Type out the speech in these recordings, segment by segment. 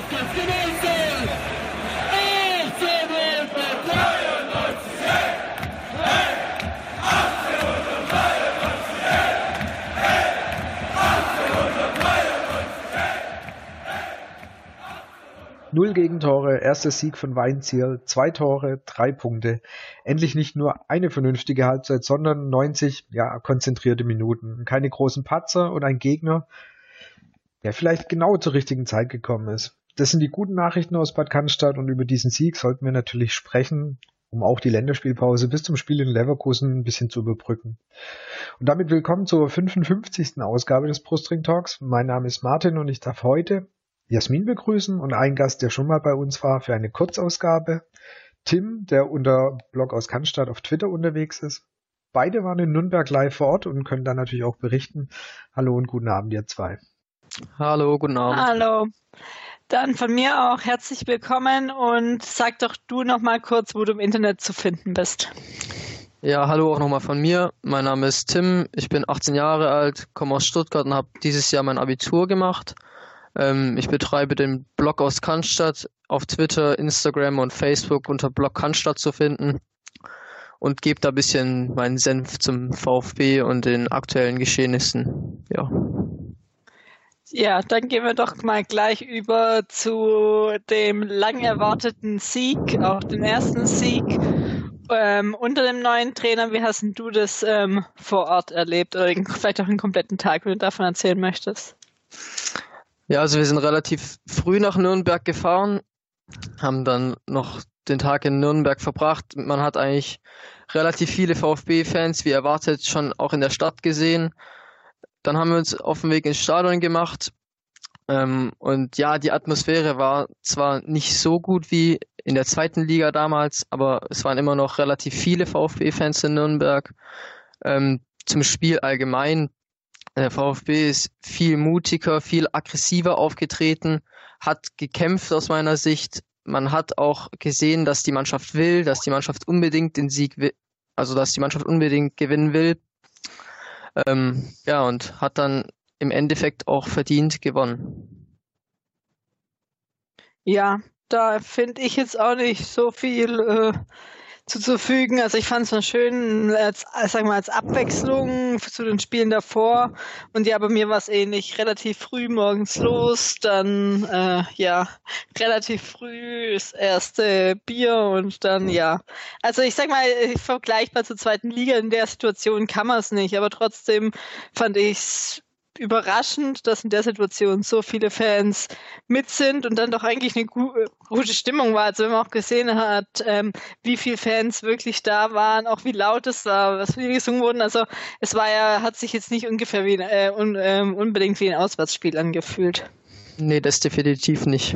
Null Gegentore, erster Sieg von Weinzierl, 2 Tore, 3 Punkte. Endlich nicht nur eine vernünftige Halbzeit, sondern 90 konzentrierte Minuten. Keine großen Patzer und ein Gegner, der vielleicht genau zur richtigen Zeit gekommen ist. Das sind die guten Nachrichten aus Bad Cannstatt und über diesen Sieg sollten wir natürlich sprechen, um auch die Länderspielpause bis zum Spiel in Leverkusen ein bisschen zu überbrücken. Und damit willkommen zur 55. Ausgabe des Brustring Talks. Mein Name ist Martin und ich darf heute Jasmin begrüßen und einen Gast, der schon mal bei uns war für eine Kurzausgabe. Tim, der unter Blog aus Cannstatt auf Twitter unterwegs ist. Beide waren in Nürnberg live vor Ort und können dann natürlich auch berichten. Hallo und guten Abend, ihr zwei. Hallo, guten Abend. Hallo. Dann von mir auch herzlich willkommen und sag doch du noch mal kurz, wo du im Internet zu finden bist. Ja, hallo auch nochmal von mir. Mein Name ist Tim, ich bin 18 Jahre alt, komme aus Stuttgart und habe dieses Jahr mein Abitur gemacht. Ich betreibe den Blog aus Cannstatt auf Twitter, Instagram und Facebook unter Blog Cannstatt zu finden und gebe da ein bisschen meinen Senf zum VfB und den aktuellen Geschehnissen. Ja, dann gehen wir doch mal gleich über zu dem lang erwarteten Sieg, auch den ersten Sieg unter dem neuen Trainer. Wie hast du das vor Ort erlebt oder vielleicht auch einen kompletten Tag, wenn du davon erzählen möchtest? Ja, also wir sind relativ früh nach Nürnberg gefahren, haben dann noch den Tag in Nürnberg verbracht. Man hat eigentlich relativ viele VfB-Fans, wie erwartet, schon auch in der Stadt gesehen. Dann haben wir uns auf den Weg ins Stadion gemacht. Und ja, die Atmosphäre war zwar nicht so gut wie in der zweiten Liga damals, aber es waren immer noch relativ viele VfB-Fans in Nürnberg. Zum Spiel allgemein. Der VfB ist viel mutiger, viel aggressiver aufgetreten, hat gekämpft aus meiner Sicht. Man hat auch gesehen, dass die Mannschaft will, dass die Mannschaft unbedingt den Sieg will, also dass die Mannschaft unbedingt gewinnen will. Und hat dann im Endeffekt auch verdient gewonnen. Ja, da finde ich jetzt auch nicht so viel zuzufügen. Also ich fand es mal schön, als Abwechslung zu den Spielen davor. Und ja, bei mir war es ähnlich. Relativ früh morgens los, dann relativ früh das erste Bier und dann Also ich sag mal, vergleichbar zur zweiten Liga in der Situation kann man es nicht, aber trotzdem fand ich es überraschend, dass in der Situation so viele Fans mit sind und dann doch eigentlich eine gute Stimmung war. Also wenn man auch gesehen hat, wie viele Fans wirklich da waren, auch wie laut es war, was viel gesungen wurden. Also es war hat sich jetzt nicht ungefähr wie unbedingt wie ein Auswärtsspiel angefühlt. Nee, das definitiv nicht.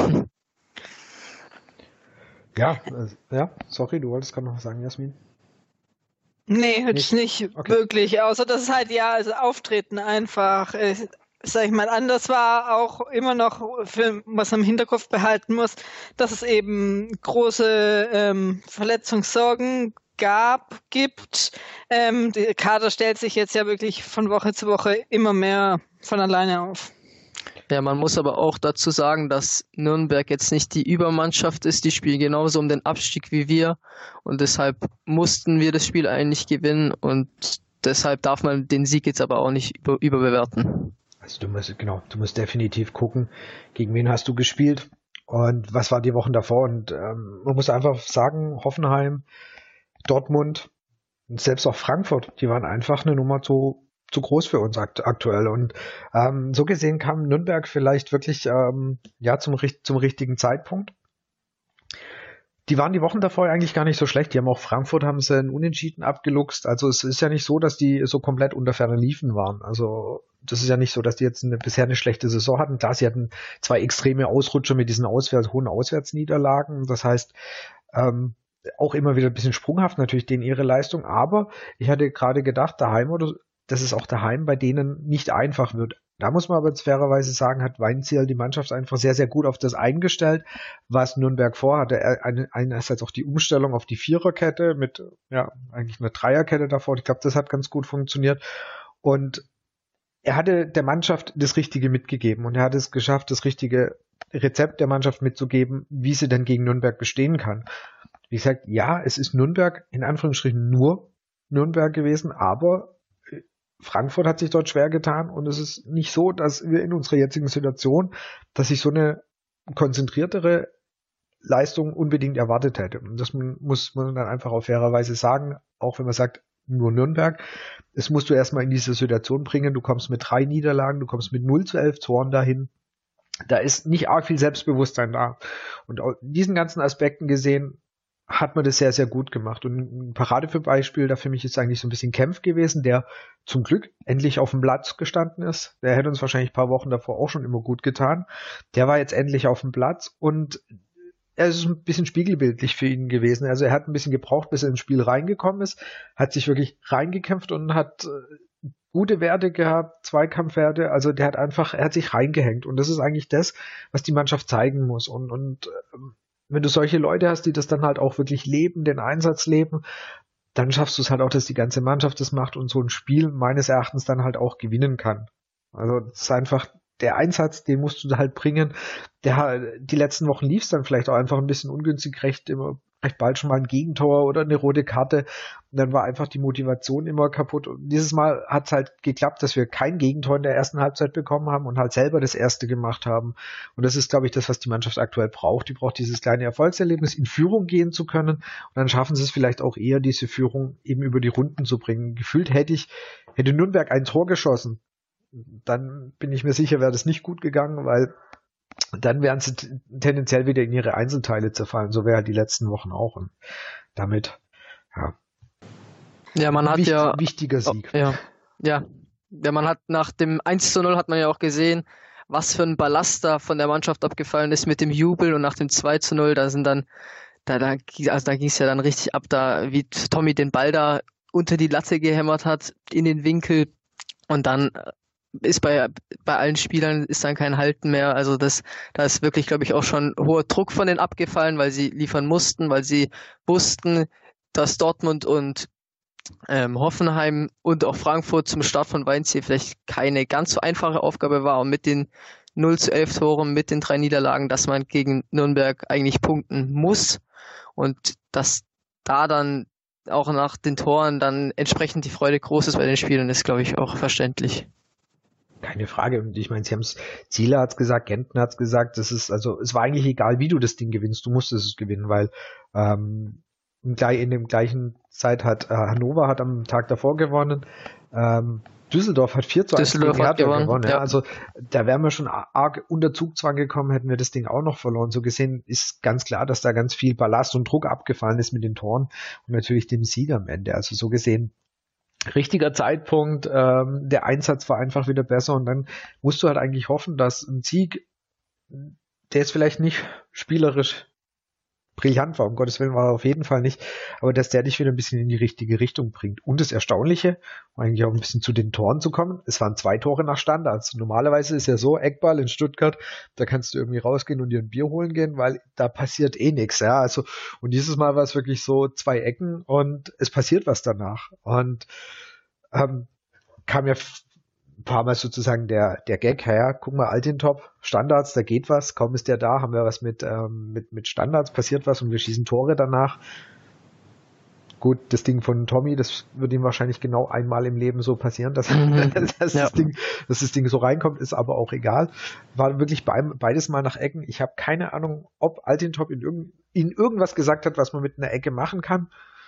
Sorry, du wolltest gerade noch was sagen, Jasmin? Nee, jetzt nicht okay. Wirklich, außer dass es halt Auftreten einfach, sag ich mal, anders war, auch immer noch, was man im Hinterkopf behalten muss, dass es eben große Verletzungssorgen gibt. Der Kader stellt sich jetzt ja wirklich von Woche zu Woche immer mehr von alleine auf. Ja, man muss aber auch dazu sagen, dass Nürnberg jetzt nicht die Übermannschaft ist. Die spielen genauso um den Abstieg wie wir und deshalb mussten wir das Spiel eigentlich gewinnen und deshalb darf man den Sieg jetzt aber auch nicht überbewerten. Also du musst definitiv gucken, gegen wen hast du gespielt und was war die Wochen davor und man muss einfach sagen, Hoffenheim, Dortmund und selbst auch Frankfurt, die waren einfach eine Nummer zu groß für uns aktuell und so gesehen kam Nürnberg vielleicht wirklich zum richtigen Zeitpunkt. Die waren die Wochen davor eigentlich gar nicht so schlecht. Die haben auch Frankfurt haben sie einen Unentschieden abgeluchst. Also es ist ja nicht so, dass die so komplett unter ferner Liefen waren. Also das ist ja nicht so, dass die jetzt bisher eine schlechte Saison hatten. Klar, sie hatten 2 extreme Ausrutscher mit diesen hohen Auswärtsniederlagen. Das heißt, auch immer wieder ein bisschen sprunghaft natürlich denen ihre Leistung. Aber ich hatte gerade gedacht, dass es auch daheim bei denen nicht einfach wird. Da muss man aber jetzt fairerweise sagen, hat Weinzierl die Mannschaft einfach sehr, sehr gut auf das eingestellt, was Nürnberg vorhatte. Einerseits auch die Umstellung auf die Viererkette mit eigentlich einer Dreierkette davor. Ich glaube, das hat ganz gut funktioniert. Und er hatte der Mannschaft das Richtige mitgegeben und er hat es geschafft, das Richtige Rezept der Mannschaft mitzugeben, wie sie dann gegen Nürnberg bestehen kann. Wie gesagt, ja, es ist Nürnberg, in Anführungsstrichen nur Nürnberg gewesen, aber Frankfurt hat sich dort schwer getan und es ist nicht so, dass wir in unserer jetzigen Situation, dass ich so eine konzentriertere Leistung unbedingt erwartet hätte. Und das muss man dann einfach auf faire Weise sagen, auch wenn man sagt, nur Nürnberg. Das musst du erstmal in diese Situation bringen. Du kommst mit 3 Niederlagen, du kommst mit 0-11 Toren dahin. Da ist nicht arg viel Selbstbewusstsein da. Und aus diesen ganzen Aspekten gesehen, hat man das sehr, sehr gut gemacht. Und ein Paradebeispiel da für mich ist eigentlich so ein bisschen Kempf gewesen, der zum Glück endlich auf dem Platz gestanden ist. Der hätte uns wahrscheinlich ein paar Wochen davor auch schon immer gut getan. Der war jetzt endlich auf dem Platz und er ist ein bisschen spiegelbildlich für ihn gewesen. Also er hat ein bisschen gebraucht, bis er ins Spiel reingekommen ist, hat sich wirklich reingekämpft und hat gute Werte gehabt, Zweikampfwerte. Also er hat sich reingehängt. Und das ist eigentlich das, was die Mannschaft zeigen muss. Und wenn du solche Leute hast, die das dann halt auch wirklich leben, den Einsatz leben, dann schaffst du es halt auch, dass die ganze Mannschaft das macht und so ein Spiel meines Erachtens dann halt auch gewinnen kann. Also das ist einfach der Einsatz, den musst du halt bringen. Die letzten Wochen lief es dann vielleicht auch einfach ein bisschen ungünstig, recht bald schon mal ein Gegentor oder eine rote Karte. Und dann war einfach die Motivation immer kaputt. Und dieses Mal hat es halt geklappt, dass wir kein Gegentor in der ersten Halbzeit bekommen haben und halt selber das erste gemacht haben. Und das ist, glaube ich, das, was die Mannschaft aktuell braucht. Die braucht dieses kleine Erfolgserlebnis, in Führung gehen zu können. Und dann schaffen sie es vielleicht auch eher, diese Führung eben über die Runden zu bringen. Gefühlt hätte Nürnberg ein Tor geschossen, dann bin ich mir sicher, wäre das nicht gut gegangen, weil dann wären sie tendenziell wieder in ihre Einzelteile zerfallen. So wäre halt die letzten Wochen auch. Und damit, ja, man hat wichtiger Sieg. Ja, man hat nach dem 1:0 hat man ja auch gesehen, was für ein Ballast da von der Mannschaft abgefallen ist mit dem Jubel, und nach dem 2:0, da ging es ja dann richtig ab, da wie Tommy den Ball da unter die Latte gehämmert hat, in den Winkel, und dann ist bei allen Spielern ist dann kein Halten mehr. Also da ist wirklich, glaube ich, auch schon hoher Druck von denen abgefallen, weil sie liefern mussten, weil sie wussten, dass Dortmund und Hoffenheim und auch Frankfurt zum Start von Weinziel vielleicht keine ganz so einfache Aufgabe war, und mit den 0-11 Toren, mit den 3 Niederlagen, dass man gegen Nürnberg eigentlich punkten muss, und dass da dann auch nach den Toren dann entsprechend die Freude groß ist bei den Spielern, ist, glaube ich, auch verständlich. Keine Frage. Und ich meine, Zieler hat's gesagt, Gentner hat's gesagt, es war eigentlich egal, wie du das Ding gewinnst, du musstest es gewinnen, weil in dem gleichen Zeit hat Hannover am Tag davor gewonnen, Düsseldorf hat 4:1 gegen Hertha gewonnen. Ja. Also da wären wir schon arg unter Zugzwang gekommen, hätten wir das Ding auch noch verloren. So gesehen ist ganz klar, dass da ganz viel Ballast und Druck abgefallen ist mit den Toren und natürlich dem Sieg am Ende. Also so gesehen richtiger Zeitpunkt, der Einsatz war einfach wieder besser, und dann musst du halt eigentlich hoffen, dass ein Sieg, der jetzt vielleicht nicht spielerisch brillant war, um Gottes Willen war er auf jeden Fall nicht, aber dass der dich wieder ein bisschen in die richtige Richtung bringt. Und das Erstaunliche, um eigentlich auch ein bisschen zu den Toren zu kommen, es waren 2 Tore nach Standards. Normalerweise ist ja so, Eckball in Stuttgart, da kannst du irgendwie rausgehen und dir ein Bier holen gehen, weil da passiert eh nichts. Ja, also, und dieses Mal war es wirklich so 2 Ecken und es passiert was danach. Und kam ja ein paar Mal sozusagen der Gag her, guck mal, Altintop, Standards, da geht was, kaum ist der da, haben wir was mit Standards, passiert was und wir schießen Tore danach. Gut, das Ding von Tommy, das wird ihm wahrscheinlich genau einmal im Leben so passieren, dass das Ding so reinkommt, ist aber auch egal. War wirklich beides mal nach Ecken. Ich habe keine Ahnung, ob Altintop in irgendwas gesagt hat, was man mit einer Ecke machen kann.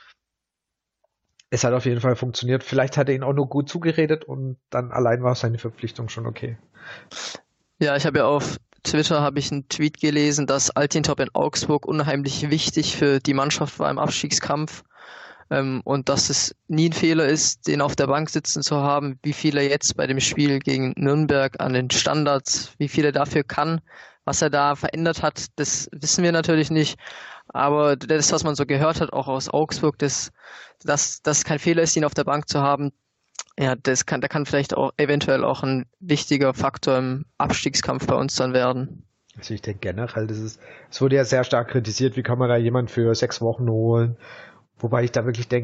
Es hat auf jeden Fall funktioniert. Vielleicht hat er ihn auch nur gut zugeredet und dann allein war seine Verpflichtung schon okay. Ja, ich habe ja auf Twitter einen Tweet gelesen, dass Altintop in Augsburg unheimlich wichtig für die Mannschaft war im Abstiegskampf, und dass es nie ein Fehler ist, den auf der Bank sitzen zu haben. Wie viel er jetzt bei dem Spiel gegen Nürnberg an den Standards, wie viel er dafür kann, was er da verändert hat, das wissen wir natürlich nicht. Aber das, was man so gehört hat, auch aus Augsburg, dass kein Fehler ist, ihn auf der Bank zu haben, ja, da kann vielleicht auch eventuell auch ein wichtiger Faktor im Abstiegskampf bei uns dann werden. Also ich denke generell, es wurde ja sehr stark kritisiert, wie kann man da jemanden für 6 Wochen holen? Wobei ich da wirklich denke, hey,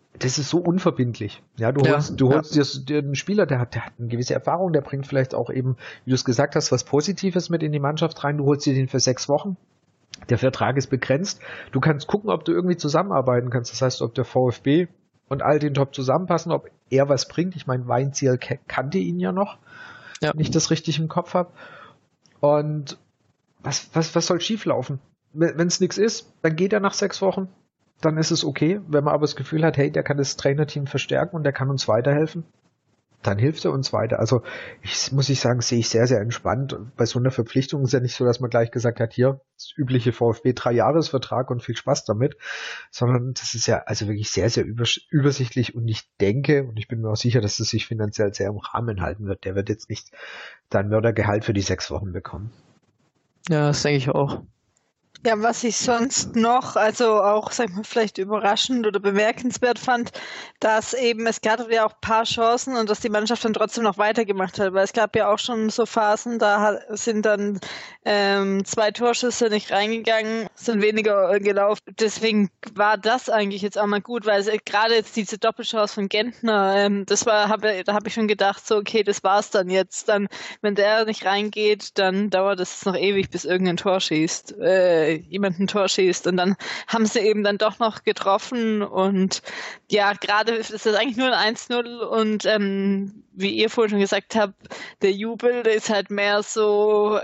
das ist so unverbindlich. Ja, du holst dir einen Spieler, der hat eine gewisse Erfahrung, der bringt vielleicht auch eben, wie du es gesagt hast, was Positives mit in die Mannschaft rein. Du holst dir den für 6 Wochen. Der Vertrag ist begrenzt. Du kannst gucken, ob du irgendwie zusammenarbeiten kannst. Das heißt, ob der VfB und all den Top zusammenpassen, ob er was bringt. Ich meine, Weinzierl kannte ihn ja noch, wenn ich das richtig im Kopf habe. Und was soll schieflaufen? Wenn es nichts ist, dann geht er nach 6 Wochen. Dann ist es okay. Wenn man aber das Gefühl hat, hey, der kann das Trainerteam verstärken und der kann uns weiterhelfen, dann hilft er uns weiter. Also muss ich sagen, sehe ich sehr, sehr entspannt. Bei so einer Verpflichtung ist ja nicht so, dass man gleich gesagt hat, hier, das übliche VfB 3-Jahres-Vertrag und viel Spaß damit, sondern das ist ja also wirklich sehr, sehr übersichtlich und ich denke, und ich bin mir auch sicher, dass es sich finanziell sehr im Rahmen halten wird. Der wird jetzt nicht sein Mördergehalt für die 6 Wochen bekommen. Ja, das denke ich auch. Ja, was ich sonst noch, also auch, sag ich mal, vielleicht überraschend oder bemerkenswert fand, dass eben, es gab ja auch ein paar Chancen und dass die Mannschaft dann trotzdem noch weitergemacht hat, weil es gab ja auch schon so Phasen, da sind dann 2 Torschüsse nicht reingegangen, sind weniger gelaufen. Deswegen war das eigentlich jetzt auch mal gut, weil gerade jetzt diese Doppelchance von Gentner, da habe ich schon gedacht, so okay, das war's dann jetzt. Dann, wenn der nicht reingeht, dann dauert es noch ewig, bis irgendein Tor schießt. Jemand ein Tor schießt und dann haben sie eben dann doch noch getroffen und ja, gerade ist das eigentlich nur ein 1-0 und wie ihr vorhin schon gesagt habt, der Jubel, der ist halt mehr so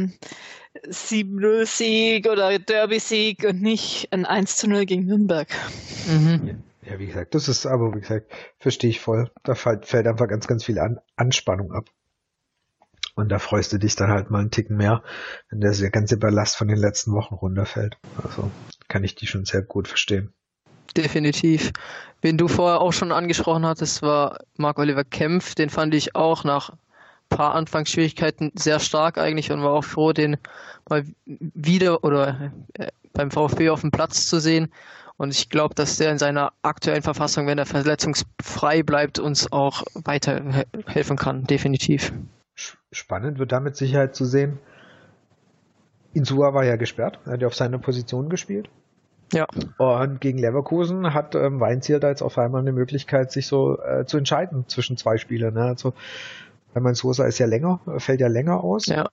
7-0-Sieg oder Derby-Sieg und nicht ein 1-0 gegen Nürnberg. Mhm. Ja, wie gesagt, das ist aber, wie gesagt, verstehe ich voll. Da fällt einfach ganz, ganz viel Anspannung ab. Und da freust du dich dann halt mal einen Ticken mehr, wenn der ganze Ballast von den letzten Wochen runterfällt. Also kann ich die schon sehr gut verstehen. Definitiv. Wen du vorher auch schon angesprochen hattest, war Marc-Oliver Kempf. Den fand ich auch nach ein paar Anfangsschwierigkeiten sehr stark eigentlich und war auch froh, den mal wieder oder beim VfB auf dem Platz zu sehen. Und ich glaube, dass der in seiner aktuellen Verfassung, wenn er verletzungsfrei bleibt, uns auch weiterhelfen kann. Definitiv. Spannend wird da mit Sicherheit zu sehen. Insua war ja gesperrt, er hat ja auf seiner Position gespielt. Ja. Und gegen Leverkusen hat Weinzierl da jetzt auf einmal eine Möglichkeit, sich so zu entscheiden zwischen 2 Spielern. Ne? Also, wenn man Sosa ist ja fällt ja länger aus. Ja.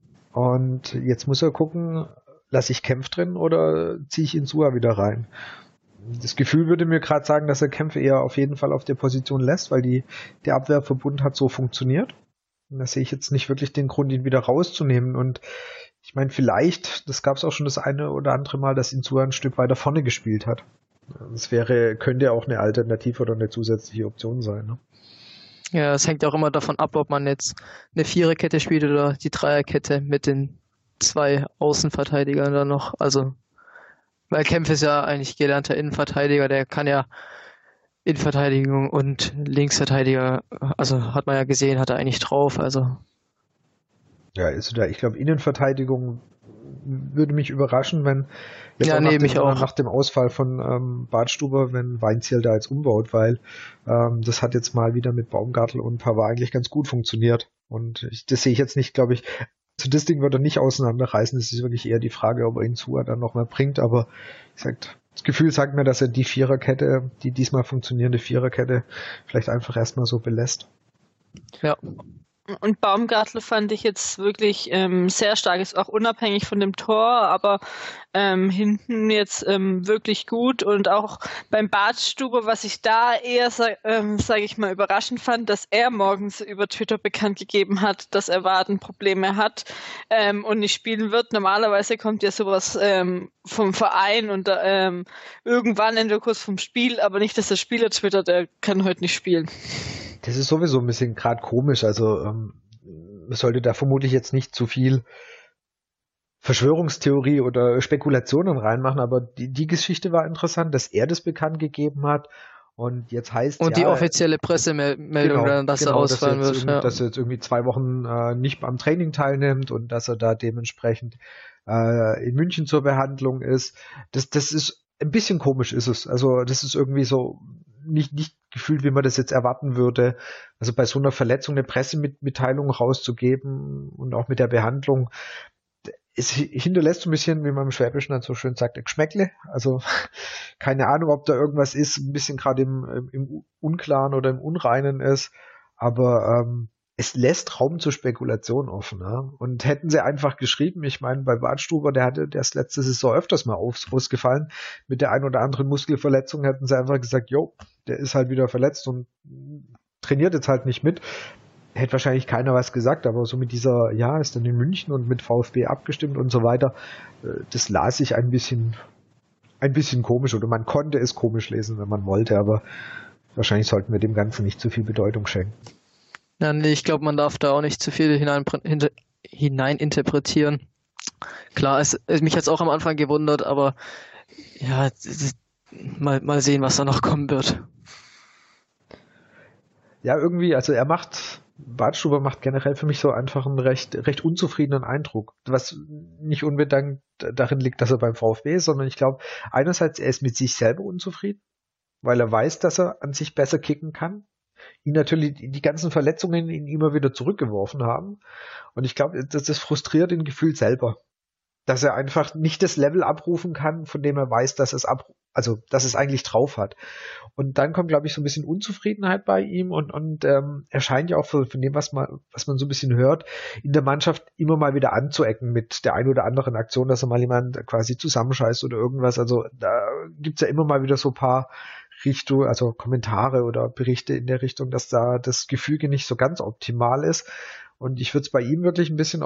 Und jetzt muss er gucken, lasse ich Kempf drin oder ziehe ich Insua wieder rein? Das Gefühl würde mir gerade sagen, dass er Kämpfe eher auf jeden Fall auf der Position lässt, weil der Abwehrverbund hat so funktioniert. Und da sehe ich jetzt nicht wirklich den Grund, ihn wieder rauszunehmen. Und ich meine, vielleicht, das gab es auch schon das eine oder andere Mal, dass Insua ein Stück weiter vorne gespielt hat. Das könnte auch eine Alternative oder eine zusätzliche Option sein. Ne? Ja, es hängt auch immer davon ab, ob man jetzt eine Viererkette spielt oder die Dreierkette mit den 2 Außenverteidigern dann noch. Also, weil Kempf ist ja eigentlich gelernter Innenverteidiger, der kann ja Innenverteidigung und Linksverteidiger, also hat man ja gesehen, hat er eigentlich drauf, also. Ja, ich glaube, Innenverteidigung würde mich überraschen, wenn jetzt ja, nach dem Ausfall von Badstuber, wenn Weinzierl da jetzt umbaut, weil das hat jetzt mal wieder mit Baumgartl und Pavard eigentlich ganz gut funktioniert. Und das sehe ich jetzt nicht, glaube ich, also das Ding wird er nicht auseinanderreißen. Es ist wirklich eher die Frage, ob er ihn zu dann nochmal bringt, aber wie gesagt, das Gefühl sagt mir, dass er die Viererkette, die diesmal funktionierende Viererkette, vielleicht einfach erstmal so belässt. Ja. Und Baumgartl fand ich jetzt wirklich sehr stark, ist auch unabhängig von dem Tor, aber hinten jetzt wirklich gut und auch beim Badstuber, was ich da eher, sage ich mal, überraschend fand, dass er morgens über Twitter bekannt gegeben hat, dass er Wadenprobleme hat und nicht spielen wird. Normalerweise kommt ja sowas vom Verein und irgendwann in der Kurs vom Spiel, aber nicht, dass der Spieler twittert, er kann heute nicht spielen. Das ist sowieso ein bisschen gerade komisch, also man sollte da vermutlich jetzt nicht zu viel Verschwörungstheorie oder Spekulationen reinmachen, aber die Geschichte war interessant, dass er das bekannt gegeben hat und jetzt heißt und die offizielle Pressemeldung dann, dass er ausfallen wird. Dass er jetzt irgendwie 2 Wochen nicht am Training teilnimmt und dass er da dementsprechend in München zur Behandlung ist. Das ist ein bisschen komisch ist es. Also das ist irgendwie so nicht gefühlt, wie man das jetzt erwarten würde. Also bei so einer Verletzung eine Pressemitteilung rauszugeben und auch mit der Behandlung, es hinterlässt so ein bisschen, wie man im Schwäbischen dann so schön sagt, ein Geschmäckle. Also Keine Ahnung, ob da irgendwas ist, ein bisschen gerade im Unklaren oder im Unreinen ist, aber es lässt Raum zur Spekulation offen. Ja? Und hätten sie einfach geschrieben, ich meine, bei Badstuber, der ist letzte Saison öfters mal ausgefallen, mit der ein oder anderen Muskelverletzung hätten sie einfach gesagt, jo, der ist halt wieder verletzt und trainiert jetzt halt nicht mit. Hätte wahrscheinlich keiner was gesagt, aber so mit dieser, ja, ist dann in München und mit VfB abgestimmt und so weiter, das las ich ein bisschen komisch, oder man konnte es komisch lesen, wenn man wollte, aber wahrscheinlich sollten wir dem Ganzen nicht zu viel Bedeutung schenken. Ja, nee, ich glaube, man darf da auch nicht zu viel hineininterpretieren. Klar, mich hat es auch am Anfang gewundert, aber ja, mal sehen, was da noch kommen wird. Ja, irgendwie, also Badstuber macht generell für mich so einfach einen recht unzufriedenen Eindruck, was nicht unbedingt darin liegt, dass er beim VfB ist, sondern ich glaube, einerseits, er ist mit sich selber unzufrieden, weil er weiß, dass er an sich besser kicken kann, ihn natürlich die ganzen Verletzungen ihn immer wieder zurückgeworfen haben, und ich glaube, das frustriert ihn gefühlt selber, dass er einfach nicht das Level abrufen kann, von dem er weiß, dass es eigentlich drauf hat. Und dann kommt, glaube ich, so ein bisschen Unzufriedenheit bei ihm, und er scheint ja auch von dem, was man so ein bisschen hört, in der Mannschaft immer mal wieder anzuecken mit der ein oder anderen Aktion, dass er mal jemand quasi zusammenscheißt oder irgendwas. Also da gibt's ja immer mal wieder so ein paar also Kommentare oder Berichte in der Richtung, dass da das Gefüge nicht so ganz optimal ist. Und ich würde es bei ihm wirklich ein bisschen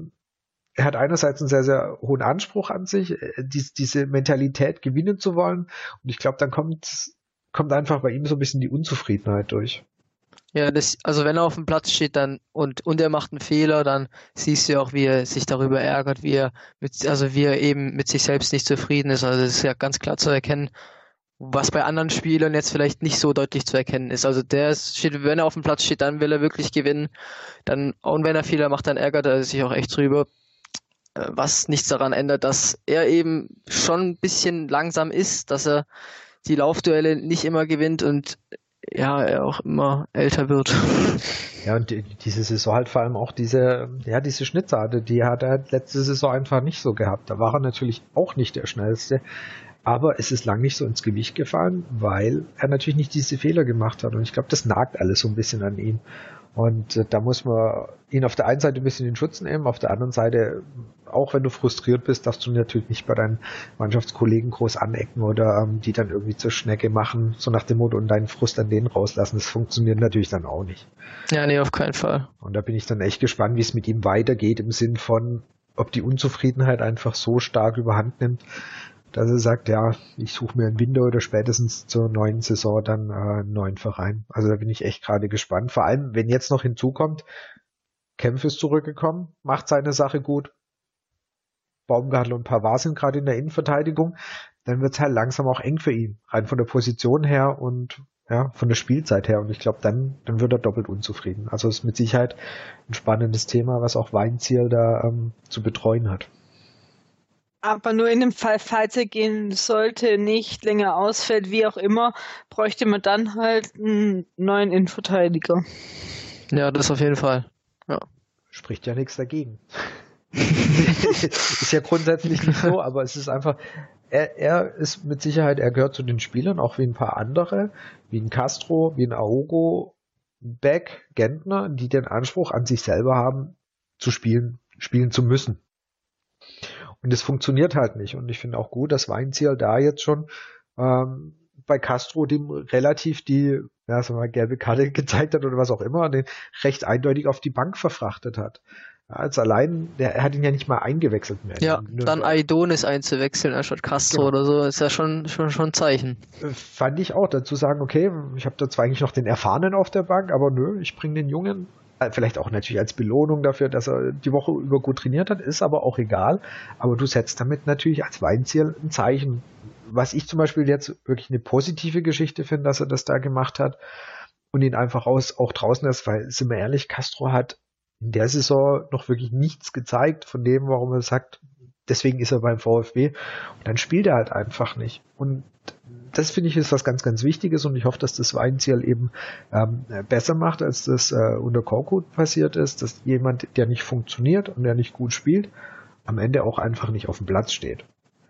er hat einerseits einen sehr, sehr hohen Anspruch an sich, diese Mentalität gewinnen zu wollen. Und ich glaube, dann kommt einfach bei ihm so ein bisschen die Unzufriedenheit durch. Ja, also wenn er auf dem Platz steht dann und er macht einen Fehler, dann siehst du auch, wie er sich darüber ärgert, wie er eben mit sich selbst nicht zufrieden ist. Also das ist ja ganz klar zu erkennen, was bei anderen Spielern jetzt vielleicht nicht so deutlich zu erkennen ist. Also wenn er auf dem Platz steht, dann will er wirklich gewinnen. Und wenn er Fehler macht, dann ärgert er sich auch echt drüber. Was nichts daran ändert, dass er eben schon ein bisschen langsam ist, dass er die Laufduelle nicht immer gewinnt und ja, er auch immer älter wird. Ja, und diese Saison halt vor allem auch diese Schnittseite, die hat er letzte Saison einfach nicht so gehabt. Da war er natürlich auch nicht der Schnellste, aber es ist lang nicht so ins Gewicht gefallen, weil er natürlich nicht diese Fehler gemacht hat, und ich glaube, das nagt alles so ein bisschen an ihm. Und da muss man ihn auf der einen Seite ein bisschen in Schutz nehmen, auf der anderen Seite, auch wenn du frustriert bist, darfst du natürlich nicht bei deinen Mannschaftskollegen groß anecken oder die dann irgendwie zur Schnecke machen, so nach dem Motto, und deinen Frust an denen rauslassen. Das funktioniert natürlich dann auch nicht. Ja, nee, auf keinen Fall. Und da bin ich dann echt gespannt, wie es mit ihm weitergeht, im Sinn von, ob die Unzufriedenheit einfach so stark überhand nimmt, dass er sagt, ja, ich suche mir im Winter oder spätestens zur neuen Saison dann einen neuen Verein. Also da bin ich echt gerade gespannt. Vor allem, wenn jetzt noch hinzukommt, Kempf ist zurückgekommen, macht seine Sache gut, Baumgartl und Pavard sind gerade in der Innenverteidigung, dann wird es halt langsam auch eng für ihn, rein von der Position her und ja, von der Spielzeit her. Und ich glaube, dann wird er doppelt unzufrieden. Also ist mit Sicherheit ein spannendes Thema, was auch Weinzierl da zu betreuen hat. Aber nur in dem Fall, falls er gehen sollte, nicht länger ausfällt, wie auch immer, bräuchte man dann halt einen neuen Innenverteidiger. Ja, das auf jeden Fall. Ja. Spricht ja nichts dagegen. Ist ja grundsätzlich nicht so, aber es ist einfach, er ist mit Sicherheit, er gehört zu den Spielern, auch wie ein paar andere, wie ein Castro, wie ein Aogo, Beck, Gentner, die den Anspruch an sich selber haben, spielen zu müssen. Und es funktioniert halt nicht. Und ich finde auch gut, dass Weinzierl da jetzt schon bei Castro dem relativ gelbe Karte gezeigt hat oder was auch immer, den recht eindeutig auf die Bank verfrachtet hat. Als allein, er hat ihn ja nicht mal eingewechselt mehr. Ja, dann Aidonis einzuwechseln anstatt Castro oder so, ist ja schon ein Zeichen. Fand ich auch, dazu sagen, okay, ich habe da zwar eigentlich noch den Erfahrenen auf der Bank, aber nö, ich bringe den Jungen, vielleicht auch natürlich als Belohnung dafür, dass er die Woche über gut trainiert hat, ist aber auch egal. Aber du setzt damit natürlich als Weinzierl ein Zeichen. Was ich zum Beispiel jetzt wirklich eine positive Geschichte finde, dass er das da gemacht hat und ihn einfach auch draußen ist, weil, sind wir ehrlich, Castro hat in der Saison noch wirklich nichts gezeigt von dem, warum er sagt, deswegen ist er beim VfB. Und dann spielt er halt einfach nicht. Und das finde ich ist was ganz, ganz Wichtiges, und ich hoffe, dass das Weinzierl eben besser macht, als das unter Korkut passiert ist, dass jemand, der nicht funktioniert und der nicht gut spielt, am Ende auch einfach nicht auf dem Platz steht.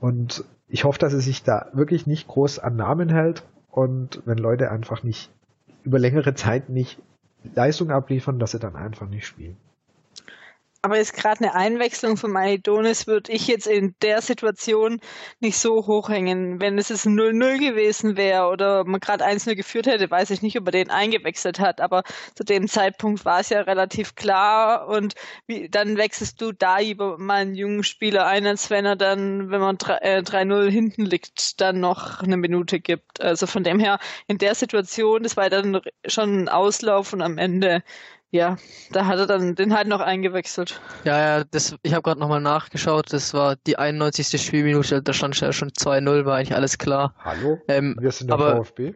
Und ich hoffe, dass er sich da wirklich nicht groß an Namen hält und wenn Leute einfach nicht über längere Zeit nicht Leistung abliefern, dass sie dann einfach nicht spielen. Aber ist gerade eine Einwechslung von Maidonis, würde ich jetzt in der Situation nicht so hochhängen. Wenn es ein 0-0 gewesen wäre oder man gerade 1-0 geführt hätte, weiß ich nicht, ob er den eingewechselt hat. Aber zu dem Zeitpunkt war es ja relativ klar. Und dann wechselst du da lieber mal einen jungen Spieler ein, als wenn er dann, wenn man 3-0 hinten liegt, dann noch eine Minute gibt. Also von dem her, in der Situation, das war dann schon ein Auslauf und am Ende... Ja, da hat er dann den halt noch eingewechselt. Ja, ich habe gerade nochmal nachgeschaut, das war die 91. Spielminute, da stand ja schon 2-0, war eigentlich alles klar. Hallo, wir sind der aber VfB.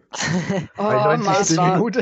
91. Minute,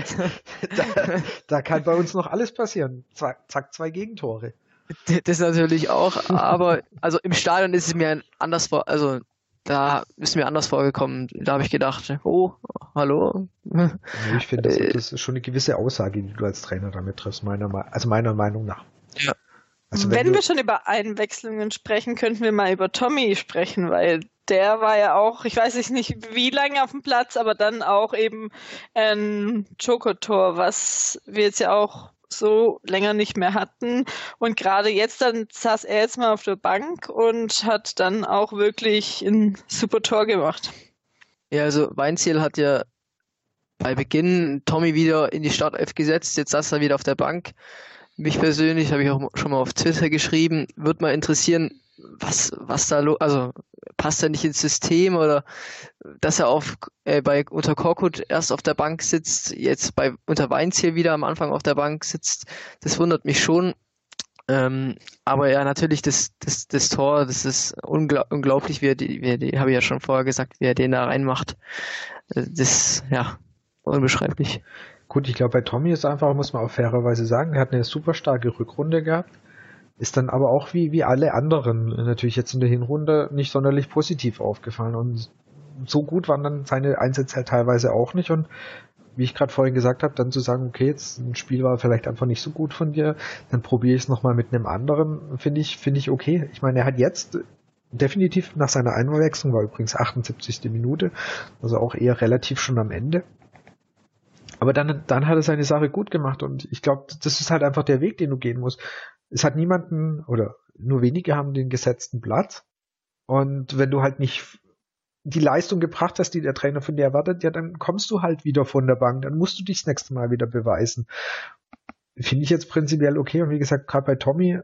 da kann bei uns noch alles passieren. Zack, 2 Gegentore. Das natürlich auch, aber also im Stadion ist es mir anders da ist mir anders vorgekommen. Da habe ich gedacht, oh, hallo. Ich finde, das ist schon eine gewisse Aussage, die du als Trainer damit triffst, meiner Meinung nach. Ja. Also wenn wir schon über Einwechslungen sprechen, könnten wir mal über Tommy sprechen, weil der war ja auch, ich weiß nicht wie lange auf dem Platz, aber dann auch eben ein Joker-Tor, was wir jetzt ja auch so länger nicht mehr hatten. Und gerade jetzt dann saß er jetzt mal auf der Bank und hat dann auch wirklich ein super Tor gemacht. Ja, also Weinzierl hat ja bei Beginn Tommy wieder in die Startelf gesetzt, jetzt saß er wieder auf der Bank. Mich persönlich, habe ich auch schon mal auf Twitter geschrieben, würde mal interessieren, was da also passt er nicht ins System oder dass er unter Korkut erst auf der Bank sitzt, jetzt unter Weinzierl wieder am Anfang auf der Bank sitzt, das wundert mich schon. Aber ja, natürlich das Tor, das ist unglaublich, wie er habe ich ja schon vorher gesagt, wie er den da reinmacht. Das, ja, unbeschreiblich. Gut, ich glaube, bei Tommy ist einfach, muss man auch fairerweise sagen, er hat eine super starke Rückrunde gehabt, ist dann aber auch wie alle anderen natürlich jetzt in der Hinrunde nicht sonderlich positiv aufgefallen und so gut waren dann seine Einsätze halt teilweise auch nicht und wie ich gerade vorhin gesagt habe, dann zu sagen, okay, jetzt ein Spiel war vielleicht einfach nicht so gut von dir, dann probiere ich es nochmal mit einem anderen, finde ich okay. Ich meine, er hat jetzt definitiv nach seiner Einwechslung, war übrigens 78. Minute, also auch eher relativ schon am Ende. Aber dann hat er seine Sache gut gemacht und ich glaube, das ist halt einfach der Weg, den du gehen musst. Es hat niemanden oder nur wenige haben den gesetzten Platz und wenn du halt nicht die Leistung gebracht hast, die der Trainer von dir erwartet, ja, dann kommst du halt wieder von der Bank, dann musst du dich das nächste Mal wieder beweisen. Finde ich jetzt prinzipiell okay und wie gesagt, gerade bei Tommy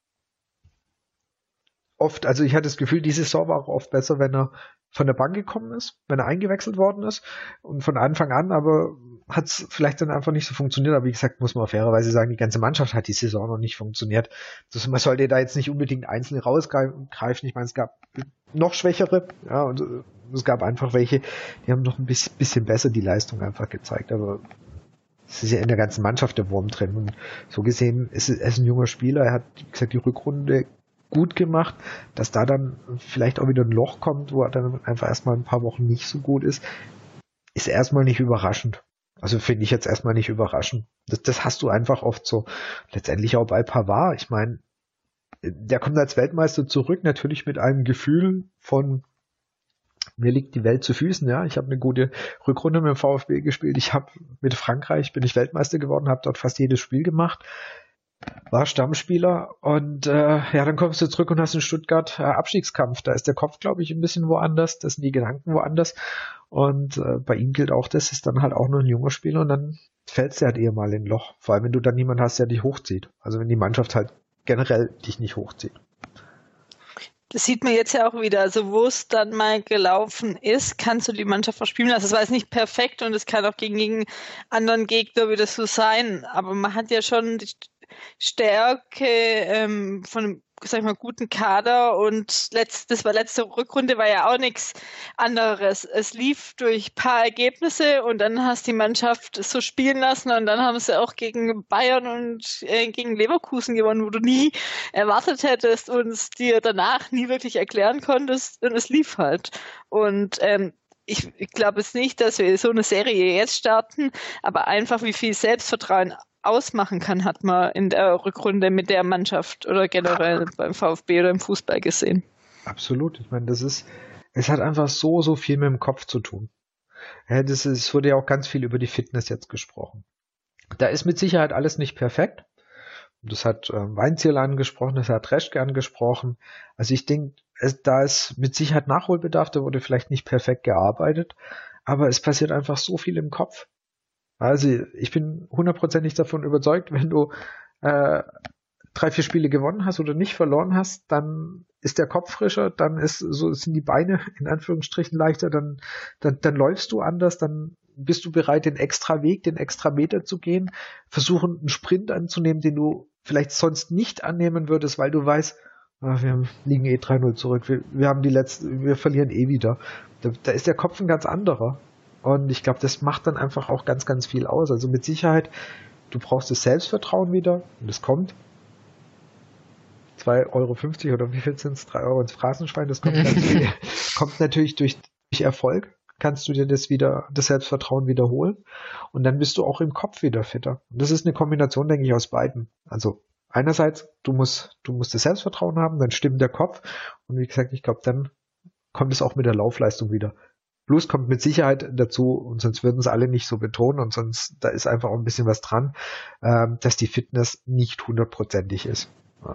oft, also ich hatte das Gefühl, diese Saison war auch oft besser, wenn er von der Bank gekommen ist, wenn er eingewechselt worden ist und von Anfang an, aber hat es vielleicht dann einfach nicht so funktioniert, aber wie gesagt, muss man fairerweise sagen, die ganze Mannschaft hat die Saison noch nicht funktioniert. Man sollte da jetzt nicht unbedingt einzeln rausgreifen, ich meine, es gab noch schwächere, ja, und es gab einfach welche, die haben noch ein bisschen besser die Leistung einfach gezeigt, aber es ist ja in der ganzen Mannschaft der Wurm drin und so gesehen ist er ein junger Spieler, er hat, wie gesagt, die Rückrunde gut gemacht, dass da dann vielleicht auch wieder ein Loch kommt, wo er dann einfach erstmal ein paar Wochen nicht so gut ist erstmal nicht überraschend. Also finde ich jetzt erstmal nicht überraschend. Das hast du einfach oft so. Letztendlich auch bei Pavard. Ich meine, der kommt als Weltmeister zurück, natürlich mit einem Gefühl von, mir liegt die Welt zu Füßen, ja. Ich habe eine gute Rückrunde mit dem VfB gespielt. Mit Frankreich bin ich Weltmeister geworden, habe dort fast jedes Spiel gemacht. War Stammspieler und dann kommst du zurück und hast in Stuttgart Abstiegskampf. Da ist der Kopf, glaube ich, ein bisschen woanders, das sind die Gedanken woanders und bei ihm gilt auch, das ist dann halt auch nur ein junger Spieler und dann fällst du halt eher mal in ein Loch. Vor allem, wenn du dann niemanden hast, der dich hochzieht. Also wenn die Mannschaft halt generell dich nicht hochzieht. Das sieht man jetzt ja auch wieder. Also wo es dann mal gelaufen ist, kannst du die Mannschaft verspielen lassen. Das war jetzt nicht perfekt und es kann auch gegen anderen Gegner wieder so sein. Aber man hat ja schon die Stärke von einem, sag ich mal, guten Kader und letzte Rückrunde war ja auch nichts anderes. Es lief durch ein paar Ergebnisse und dann hast die Mannschaft so spielen lassen und dann haben sie auch gegen Bayern und gegen Leverkusen gewonnen, wo du nie erwartet hättest und es dir danach nie wirklich erklären konntest und es lief halt. Und ich glaube jetzt nicht, dass wir so eine Serie jetzt starten, aber einfach wie viel Selbstvertrauen ausmachen kann, hat man in der Rückrunde mit der Mannschaft oder generell beim VfB oder im Fußball gesehen. Absolut. Ich meine, es hat einfach so viel mit dem Kopf zu tun. Ja, es wurde ja auch ganz viel über die Fitness jetzt gesprochen. Da ist mit Sicherheit alles nicht perfekt. Das hat Weinzierl angesprochen, das hat Reschke angesprochen. Also ich denke, da ist mit Sicherheit Nachholbedarf, da wurde vielleicht nicht perfekt gearbeitet, aber es passiert einfach so viel im Kopf. Also ich bin hundertprozentig davon überzeugt, wenn du 3-4 Spiele gewonnen hast oder nicht verloren hast, dann ist der Kopf frischer, dann sind die Beine in Anführungsstrichen leichter, dann läufst du anders, dann bist du bereit, den extra Weg, den extra Meter zu gehen, versuchen einen Sprint anzunehmen, den du vielleicht sonst nicht annehmen würdest, weil du weißt, wir liegen 3-0 zurück, wir verlieren wieder. Da ist der Kopf ein ganz anderer. Und ich glaube, das macht dann einfach auch ganz, ganz viel aus. Also mit Sicherheit, du brauchst das Selbstvertrauen wieder und es kommt. 2,50 € oder wie viel sind es? 3 € ins Phrasenschwein, das kommt natürlich durch Erfolg. Kannst du dir das Selbstvertrauen wiederholen und dann bist du auch im Kopf wieder fitter. Und das ist eine Kombination, denke ich, aus beiden. Also einerseits, du musst das Selbstvertrauen haben, dann stimmt der Kopf und wie gesagt, ich glaube, dann kommt es auch mit der Laufleistung wieder. Plus kommt mit Sicherheit dazu, und sonst würden es alle nicht so betonen und sonst, da ist einfach auch ein bisschen was dran, dass die Fitness nicht 100%ig ist. Ja.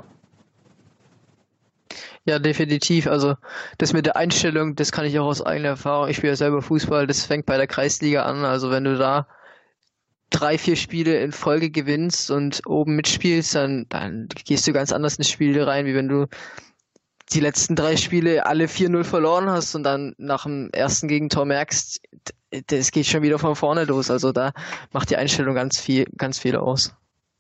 Ja, definitiv. Also das mit der Einstellung, das kann ich auch aus eigener Erfahrung. Ich spiele ja selber Fußball, das fängt bei der Kreisliga an. Also wenn du da 3-4 Spiele in Folge gewinnst und oben mitspielst, dann gehst du ganz anders ins Spiel rein, wie wenn du die letzten 3 Spiele alle 4-0 verloren hast und dann nach dem ersten Gegentor merkst, das geht schon wieder von vorne los. Also da macht die Einstellung ganz viel aus.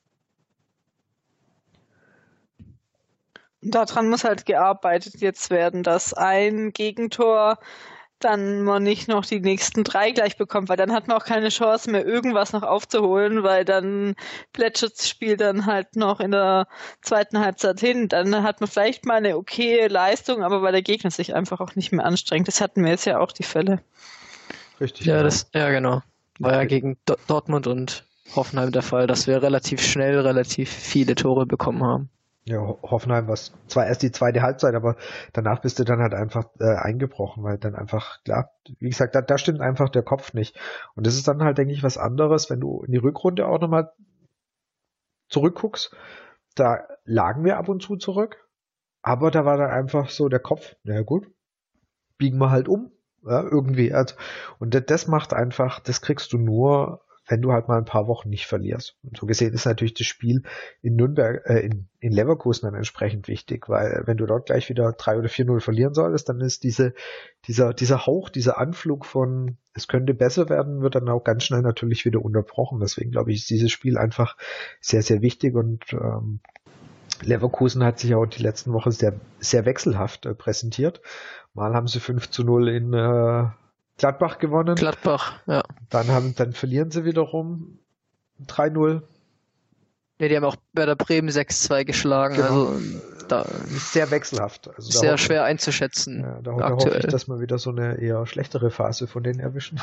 Daran muss halt gearbeitet jetzt werden, dass ein Gegentor dann man nicht noch die nächsten 3 gleich bekommt, weil dann hat man auch keine Chance mehr, irgendwas noch aufzuholen, weil dann plätschert das Spiel dann halt noch in der zweiten Halbzeit hin. Dann hat man vielleicht mal eine okaye Leistung, aber weil der Gegner sich einfach auch nicht mehr anstrengt. Das hatten wir jetzt ja auch die Fälle. Richtig. Ja, genau. War ja gegen Dortmund und Hoffenheim der Fall, dass wir relativ schnell relativ viele Tore bekommen haben. Ja, Hoffenheim war zwar erst die zweite Halbzeit, aber danach bist du dann halt einfach eingebrochen, weil dann einfach, klar, wie gesagt, da stimmt einfach der Kopf nicht. Und das ist dann halt, denke ich, was anderes, wenn du in die Rückrunde auch nochmal zurückguckst. Da lagen wir ab und zu zurück, aber da war dann einfach so der Kopf, na gut, biegen wir halt um, ja, irgendwie. Also, und das macht einfach, das kriegst du nur, wenn du halt mal ein paar Wochen nicht verlierst. Und so gesehen ist natürlich das Spiel in Nürnberg, in Leverkusen dann entsprechend wichtig, weil wenn du dort gleich wieder 3 oder 4-0 verlieren solltest, dann ist dieser Hauch, dieser Anflug von es könnte besser werden, wird dann auch ganz schnell natürlich wieder unterbrochen. Deswegen glaube ich, ist dieses Spiel einfach sehr, sehr wichtig und Leverkusen hat sich auch die letzten Wochen sehr, sehr wechselhaft präsentiert. Mal haben sie 5-0 in Gladbach gewonnen. Gladbach, ja. Dann verlieren sie wiederum 3-0. Ja, die haben auch Werder Bremen 6-2 geschlagen. Genau. Also da sehr wechselhaft. Also sehr schwer einzuschätzen. Ja, da hoffe ich, dass wir wieder so eine eher schlechtere Phase von denen erwischen.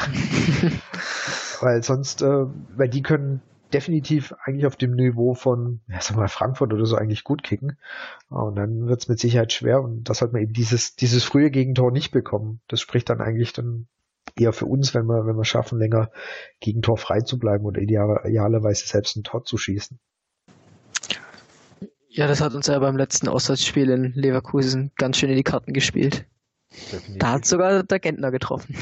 Weil sonst, weil die können definitiv eigentlich auf dem Niveau von, ja, sag mal, Frankfurt oder so eigentlich gut kicken. Und dann wird es mit Sicherheit schwer und das hat man eben dieses frühe Gegentor nicht bekommen. Das spricht dann eigentlich dann eher für uns, wenn wir schaffen, länger Gegentor frei zu bleiben oder idealerweise selbst ein Tor zu schießen. Ja, das hat uns ja beim letzten Auswärtsspiel in Leverkusen ganz schön in die Karten gespielt. Definitiv. Da hat sogar der Gentner getroffen.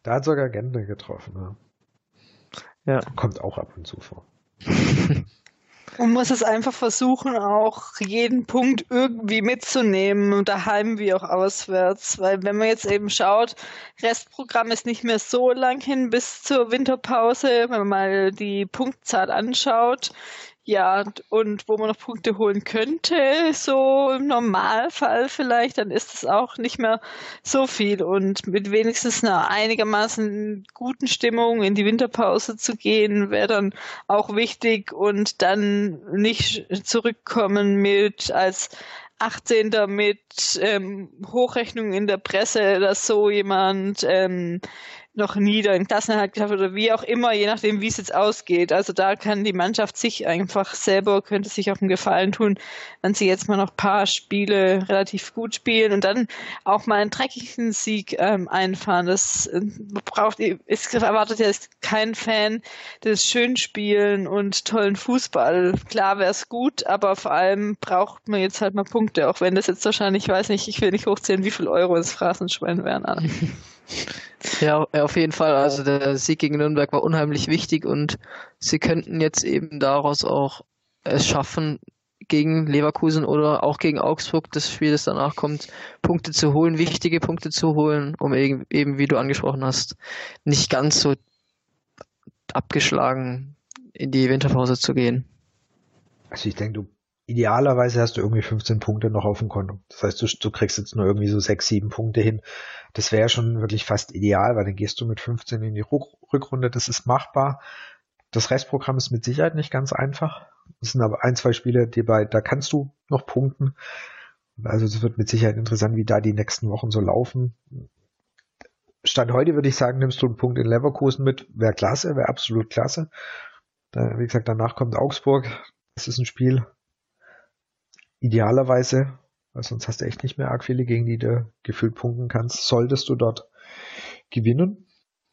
Ja. Kommt auch ab und zu vor. Man muss es einfach versuchen, auch jeden Punkt irgendwie mitzunehmen, daheim wie auch auswärts. Weil wenn man jetzt eben schaut, Restprogramm ist nicht mehr so lang hin bis zur Winterpause, wenn man mal die Punktzahl anschaut. Ja, und wo man noch Punkte holen könnte, so im Normalfall vielleicht, dann ist es auch nicht mehr so viel. Und mit wenigstens einer einigermaßen guten Stimmung in die Winterpause zu gehen, wäre dann auch wichtig und dann nicht zurückkommen mit als 18. mit Hochrechnungen in der Presse, dass so jemand noch nie den Klassenerhalt geschafft oder wie auch immer, je nachdem, wie es jetzt ausgeht. Also da kann die Mannschaft sich einfach selber, könnte sich auch einen Gefallen tun, wenn sie jetzt mal noch ein paar Spiele relativ gut spielen und dann auch mal einen dreckigen Sieg einfahren. Das erwartet ja kein Fan des Schönspielen und tollen Fußball. Klar wäre es gut, aber vor allem braucht man jetzt halt mal Punkte, auch wenn das jetzt wahrscheinlich, ich weiß nicht, ich will nicht hochzählen, wie viel Euro das Phrasenschwein wären. Ja, auf jeden Fall. Also der Sieg gegen Nürnberg war unheimlich wichtig und sie könnten jetzt eben daraus auch es schaffen, gegen Leverkusen oder auch gegen Augsburg, das Spiel, das danach kommt, Punkte zu holen, wichtige Punkte zu holen, um eben, wie du angesprochen hast, nicht ganz so abgeschlagen in die Winterpause zu gehen. Also ich denke, idealerweise hast du irgendwie 15 Punkte noch auf dem Konto. Das heißt, du kriegst jetzt nur irgendwie so 6, 7 Punkte hin. Das wäre schon wirklich fast ideal, weil dann gehst du mit 15 in die Rückrunde. Das ist machbar. Das Restprogramm ist mit Sicherheit nicht ganz einfach. Es sind aber 1, 2 Spiele, da kannst du noch punkten. Also es wird mit Sicherheit interessant, wie da die nächsten Wochen so laufen. Stand heute würde ich sagen, nimmst du einen Punkt in Leverkusen mit. Wäre klasse, wäre absolut klasse. Wie gesagt, danach kommt Augsburg. Das ist ein Spiel, idealerweise, weil sonst hast du echt nicht mehr arg viele, gegen die du gefühlt punkten kannst, solltest du dort gewinnen.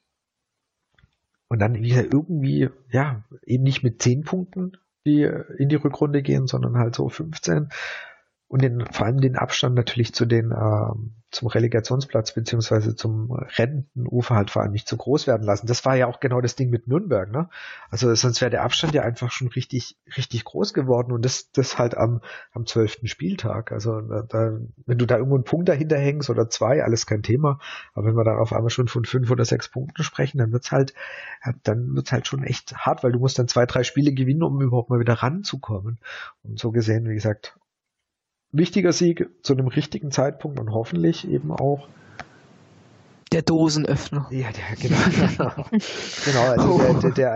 Und dann wieder irgendwie, ja, eben nicht mit 10 Punkten, die in die Rückrunde gehen, sondern halt so 15. Und vor allem den Abstand natürlich zum Relegationsplatz beziehungsweise zum Rentenufer halt vor allem nicht zu groß werden lassen. Das war ja auch genau das Ding mit Nürnberg, ne? Also sonst wäre der Abstand ja einfach schon richtig, richtig groß geworden und das halt am 12. Spieltag. Also wenn du da irgendwo einen Punkt dahinter hängst oder 2, alles kein Thema. Aber wenn wir dann auf einmal schon von 5 oder 6 Punkten sprechen, dann wird's halt schon echt hart, weil du musst dann 2, 3 Spiele gewinnen, um überhaupt mal wieder ranzukommen. Und so gesehen, wie gesagt, wichtiger Sieg zu einem richtigen Zeitpunkt und hoffentlich eben auch der Dosenöffner. Ja, genau. Genau, also der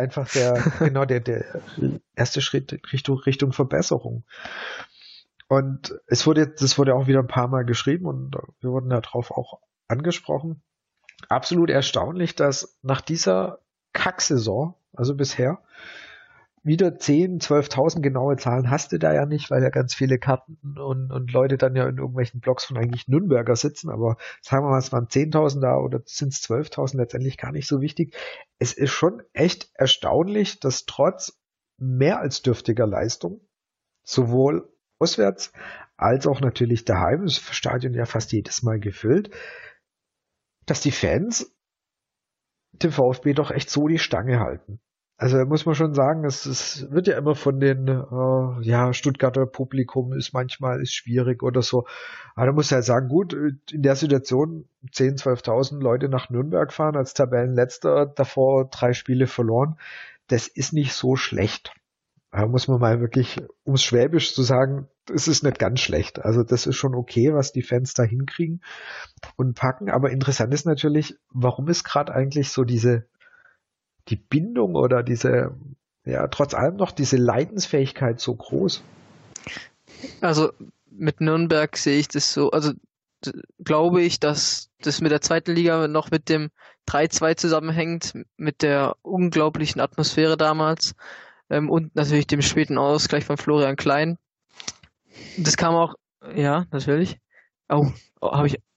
erste Schritt Richtung Verbesserung. Und das wurde auch wieder ein paar Mal geschrieben und wir wurden darauf auch angesprochen. Absolut erstaunlich, dass nach dieser Kacksaison, also bisher, wieder 10.000, 12.000 genaue Zahlen hast du da ja nicht, weil ja ganz viele Karten und Leute dann ja in irgendwelchen Blogs von eigentlich Nürnberger sitzen, aber sagen wir mal, es waren 10.000 da oder sind es 12.000, letztendlich gar nicht so wichtig. Es ist schon echt erstaunlich, dass trotz mehr als dürftiger Leistung, sowohl auswärts als auch natürlich daheim, das Stadion ja fast jedes Mal gefüllt, dass die Fans dem VfB doch echt so die Stange halten. Also muss man schon sagen, es wird ja immer von den Stuttgarter Publikum ist schwierig oder so. Aber da muss ja sagen, gut, in der Situation 10.000, 12.000 Leute nach Nürnberg fahren als Tabellenletzter, davor 3 Spiele verloren, das ist nicht so schlecht. Da muss man mal wirklich, um es schwäbisch zu sagen, es ist nicht ganz schlecht. Also das ist schon okay, was die Fans da hinkriegen und packen. Aber interessant ist natürlich, warum ist gerade eigentlich so die Bindung oder trotz allem noch diese Leidensfähigkeit so groß? Also mit Nürnberg sehe ich das so, also glaube ich, dass das mit der zweiten Liga noch mit dem 3-2 zusammenhängt, mit der unglaublichen Atmosphäre damals und natürlich dem späten Ausgleich von Florian Klein. Das kam auch, ja, natürlich. Habe ich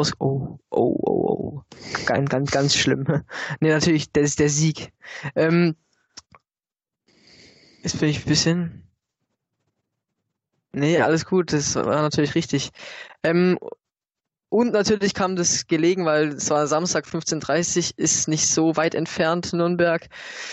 ganz schlimm. Nee, natürlich, das ist der Sieg. Ist finde ich ein bisschen. Nee, alles gut, das war natürlich richtig. Und natürlich kam das gelegen, weil es war Samstag 15:30 Uhr, ist nicht so weit entfernt, Nürnberg.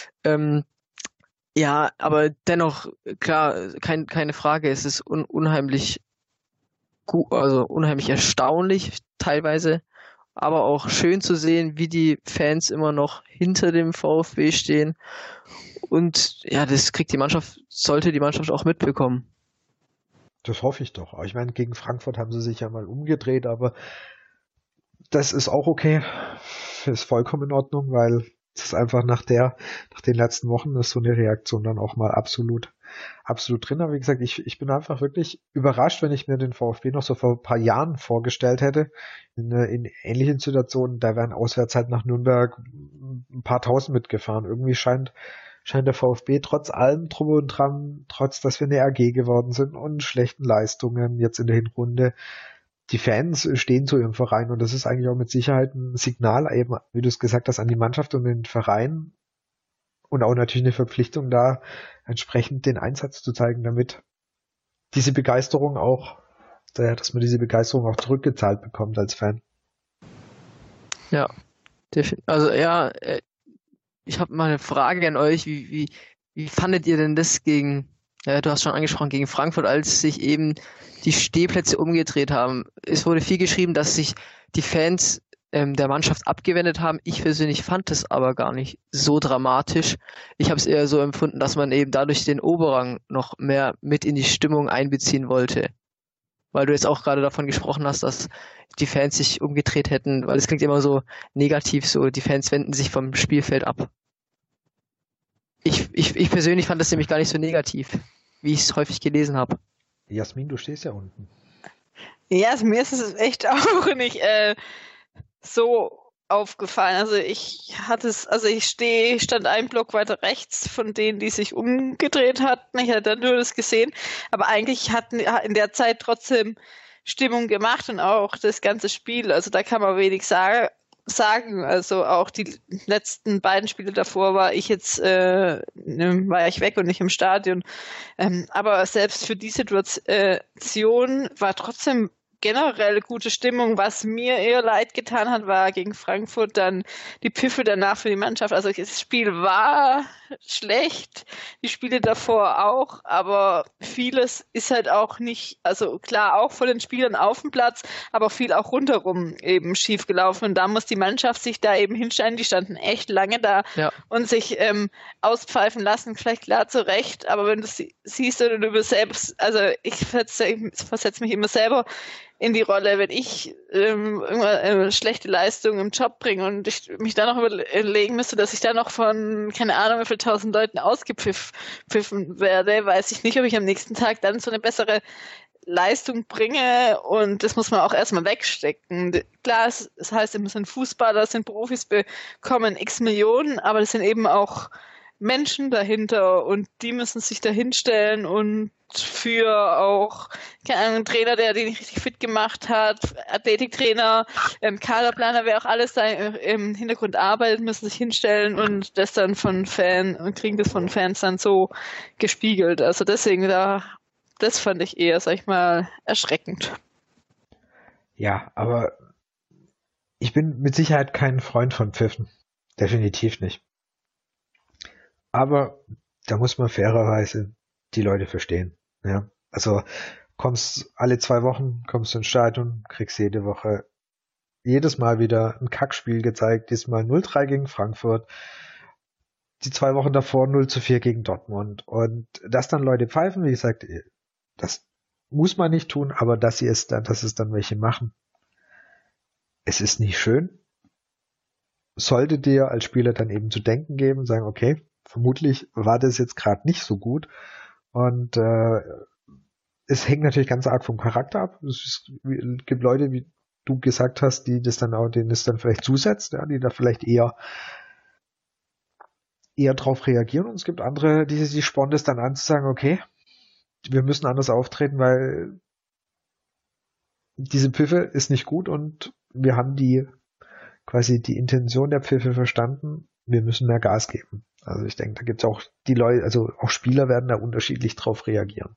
Ja, aber dennoch, klar, keine Frage, es ist unheimlich gut, also unheimlich erstaunlich teilweise, aber auch schön zu sehen, wie die Fans immer noch hinter dem VfB stehen. Und ja, das sollte die Mannschaft auch mitbekommen. Das hoffe ich doch. Ich meine, gegen Frankfurt haben sie sich ja mal umgedreht, aber das ist auch okay. Ist vollkommen in Ordnung, weil es ist einfach nach den letzten Wochen ist so eine Reaktion dann auch mal absolut absolut drin. Aber wie gesagt, ich bin einfach wirklich überrascht, wenn ich mir den VfB noch so vor ein paar Jahren vorgestellt hätte. In ähnlichen Situationen, da wären auswärts halt nach Nürnberg ein paar Tausend mitgefahren. Irgendwie scheint der VfB trotz allem drum und dran, trotz dass wir eine AG geworden sind und schlechten Leistungen jetzt in der Hinrunde, die Fans stehen zu ihrem Verein und das ist eigentlich auch mit Sicherheit ein Signal, eben, wie du es gesagt hast, an die Mannschaft und den Verein und auch natürlich eine Verpflichtung da, entsprechend den Einsatz zu zeigen, damit diese Begeisterung auch, dass man diese Begeisterung auch zurückgezahlt bekommt als Fan. Ja, also ja, ich habe mal eine Frage an euch. Wie fandet ihr denn das du hast schon angesprochen, gegen Frankfurt, als sich eben die Stehplätze umgedreht haben? Es wurde viel geschrieben, dass sich die Fans der Mannschaft abgewendet haben. Ich persönlich fand das aber gar nicht so dramatisch. Ich habe es eher so empfunden, dass man eben dadurch den Oberrang noch mehr mit in die Stimmung einbeziehen wollte. Weil du jetzt auch gerade davon gesprochen hast, dass die Fans sich umgedreht hätten, weil es klingt immer so negativ, so die Fans wenden sich vom Spielfeld ab. Ich persönlich fand das nämlich gar nicht so negativ, wie ich es häufig gelesen habe. Jasmin, du stehst ja unten. Ja, also mir ist es echt auch nicht so aufgefallen. Also ich stand einen Block weiter rechts von denen, die sich umgedreht hatten. Ich hatte dann nur das gesehen. Aber eigentlich hatten in der Zeit trotzdem Stimmung gemacht und auch das ganze Spiel. Also da kann man wenig sagen. Also auch die letzten beiden Spiele davor war ich weg und nicht im Stadion. Aber selbst für die Situation war trotzdem generell gute Stimmung. Was mir eher leid getan hat, war gegen Frankfurt dann die Pfiffe danach für die Mannschaft. Also das Spiel war schlecht, die Spiele davor auch, aber vieles ist halt auch nicht, also klar auch von den Spielern auf dem Platz, aber viel auch rundherum eben schief gelaufen. Und da muss die Mannschaft sich da eben hinstellen. Die standen echt lange da und sich auspfeifen lassen, vielleicht klar zurecht, aber wenn du siehst oder du selbst, also ich versetze mich immer selber in die Rolle, wenn ich schlechte Leistung im Job bringe und ich mich dann noch überlegen müsste, dass ich da noch von, keine Ahnung, wie viel 1000 Leuten ausgepfiffen werde, weiß ich nicht, ob ich am nächsten Tag dann so eine bessere Leistung bringe und das muss man auch erstmal wegstecken. Klar, es heißt immer, sind Fußballer, sind Profis, bekommen x Millionen, aber das sind eben auch Menschen dahinter und die müssen sich da hinstellen und für auch, keine Ahnung, einen Trainer, der die nicht richtig fit gemacht hat, Athletiktrainer, Kaderplaner, wer auch alles da im Hintergrund arbeitet, müssen sich hinstellen und das dann kriegen das von Fans dann so gespiegelt. Also deswegen das fand ich eher, sag ich mal, erschreckend. Ja, aber ich bin mit Sicherheit kein Freund von Pfiffen. Definitiv nicht. Aber da muss man fairerweise die Leute verstehen. Ja, also kommst alle 2 Wochen, kommst du ins Stadion, kriegst jede Woche jedes Mal wieder ein Kackspiel gezeigt, diesmal 0-3 gegen Frankfurt, die 2 Wochen davor 0-4 gegen Dortmund und dass dann Leute pfeifen, wie gesagt, das muss man nicht tun, aber dass es dann welche machen. Es ist nicht schön. Sollte dir als Spieler dann eben zu denken geben, sagen, okay, vermutlich war das jetzt gerade nicht so gut. Und es hängt natürlich ganz arg vom Charakter ab. Es gibt Leute, wie du gesagt hast, denen es dann vielleicht zusetzt, ja, die da vielleicht eher drauf reagieren. Und es gibt andere, die spornen es dann an zu sagen, okay, wir müssen anders auftreten, weil diese Pfiffe ist nicht gut und wir haben die Intention der Pfiffe verstanden. Wir müssen mehr Gas geben. Also ich denke, da gibt es auch die Leute, also auch Spieler werden da unterschiedlich drauf reagieren.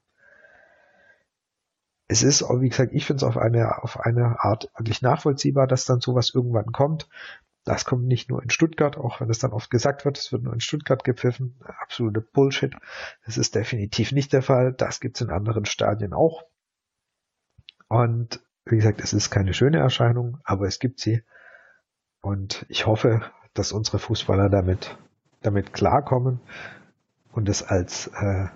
Es ist, wie gesagt, ich finde es auf eine Art wirklich nachvollziehbar, dass dann sowas irgendwann kommt. Das kommt nicht nur in Stuttgart, auch wenn es dann oft gesagt wird, es wird nur in Stuttgart gepfiffen. Absolute Bullshit. Das ist definitiv nicht der Fall. Das gibt es in anderen Stadien auch. Und wie gesagt, es ist keine schöne Erscheinung, aber es gibt sie. Und ich hoffe, dass unsere Fußballer damit klarkommen und es als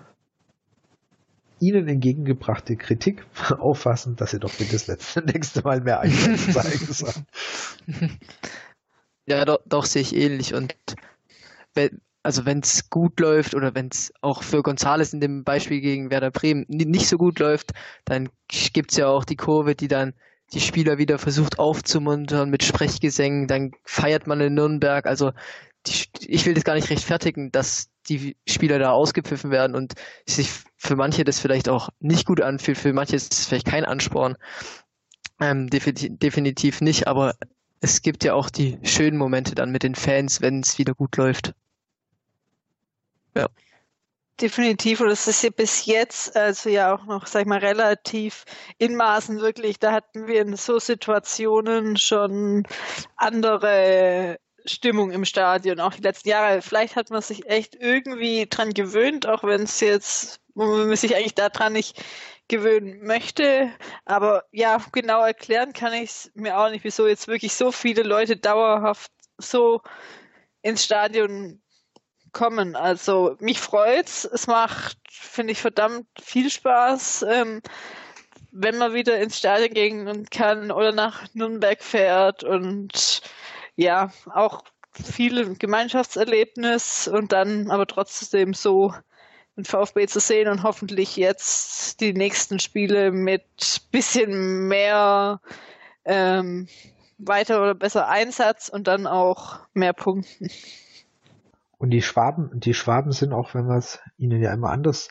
ihnen entgegengebrachte Kritik auffassen, dass sie doch bitte das nächste Mal mehr Einsatz zeigen sollen. Ja, doch sehe ich ähnlich. Und also wenn es gut läuft oder wenn es auch für González in dem Beispiel gegen Werder Bremen nicht so gut läuft, dann gibt es ja auch die Kurve, die dann die Spieler wieder versucht aufzumuntern mit Sprechgesängen, dann feiert man in Nürnberg. Also ich will das gar nicht rechtfertigen, dass die Spieler da ausgepfiffen werden und sich für manche das vielleicht auch nicht gut anfühlt, für manche ist es vielleicht kein Ansporn. Definitiv nicht, aber es gibt ja auch die schönen Momente dann mit den Fans, wenn es wieder gut läuft. Ja. Definitiv, und das ist ja bis jetzt, also ja auch noch, sag ich mal, relativ in Maßen wirklich, da hatten wir in so Situationen schon andere Stimmung im Stadion, auch die letzten Jahre. Vielleicht hat man sich echt irgendwie dran gewöhnt, auch wenn es jetzt, wo man sich eigentlich daran nicht gewöhnen möchte. Aber ja, genau erklären kann ich es mir auch nicht, wieso jetzt wirklich so viele Leute dauerhaft so ins Stadion kommen. Also mich freut's. Es macht, finde ich, verdammt viel Spaß, wenn man wieder ins Stadion gehen kann oder nach Nürnberg fährt und ja, auch viel Gemeinschaftserlebnis und dann aber trotzdem so den VfB zu sehen und hoffentlich jetzt die nächsten Spiele mit bisschen mehr weiter oder besser Einsatz und dann auch mehr Punkten. Und die Schwaben sind auch, wenn man es ihnen ja immer anders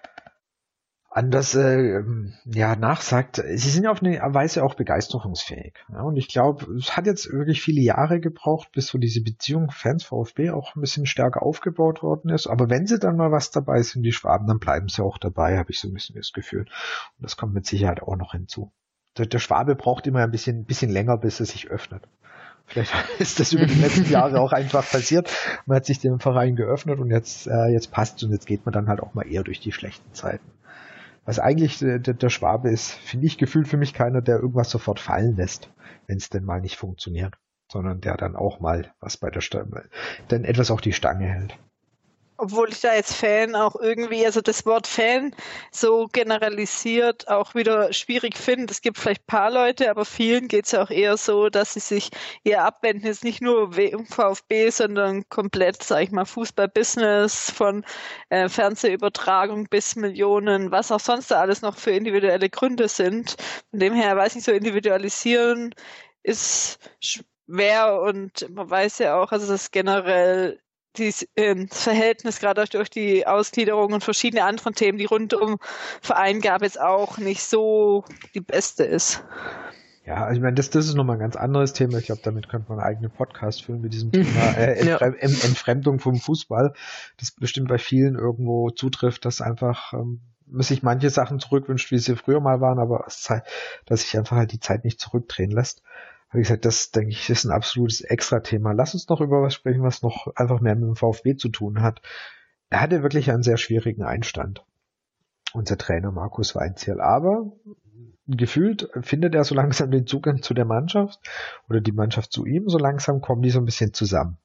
nachsagt, sie sind ja auf eine Weise auch begeisterungsfähig. Ja, und ich glaube, es hat jetzt wirklich viele Jahre gebraucht, bis so diese Beziehung Fans VfB auch ein bisschen stärker aufgebaut worden ist. Aber wenn sie dann mal was dabei sind, die Schwaben, dann bleiben sie auch dabei, habe ich so ein bisschen das Gefühl. Und das kommt mit Sicherheit auch noch hinzu. Der Schwabe braucht immer ein bisschen länger, bis er sich öffnet. Vielleicht ist das über die letzten Jahre auch einfach passiert. Man hat sich dem Verein geöffnet und jetzt passt und jetzt geht man dann halt auch mal eher durch die schlechten Zeiten. Was eigentlich der Schwabe ist, finde ich, gefühlt für mich keiner, der irgendwas sofort fallen lässt, wenn es denn mal nicht funktioniert, sondern der dann auch mal was bei der Stange, dann etwas auch die Stange hält. Obwohl ich da jetzt Fan auch irgendwie, also das Wort Fan so generalisiert auch wieder schwierig finde. Es gibt vielleicht ein paar Leute, aber vielen geht es ja auch eher so, dass sie sich eher abwenden, jetzt nicht nur um VfB, sondern komplett, sag ich mal, Fußball-Business von Fernsehübertragung bis Millionen, was auch sonst da alles noch für individuelle Gründe sind. Von dem her, weiß ich, so individualisieren ist schwer und man weiß ja auch, also das generell das Verhältnis gerade auch durch die Ausgliederung und verschiedene andere Themen, die rund um Verein gab, jetzt auch nicht so die beste ist. Ja, also ich meine, das ist nochmal ein ganz anderes Thema. Ich glaube, damit könnte man einen eigenen Podcast führen mit diesem Thema Entfremdung vom Fußball. Das bestimmt bei vielen irgendwo zutrifft, dass einfach sich manche Sachen zurückwünscht, wie sie früher mal waren, aber dass sich einfach halt die Zeit nicht zurückdrehen lässt. Wie gesagt, das, denke ich, ist ein absolutes Extra-Thema. Lass uns noch über was sprechen, was noch einfach mehr mit dem VfB zu tun hat. Er hatte wirklich einen sehr schwierigen Einstand, unser Trainer Markus Weinzierl. Aber gefühlt findet er so langsam den Zugang zu der Mannschaft oder die Mannschaft zu ihm. So langsam kommen die so ein bisschen zusammen.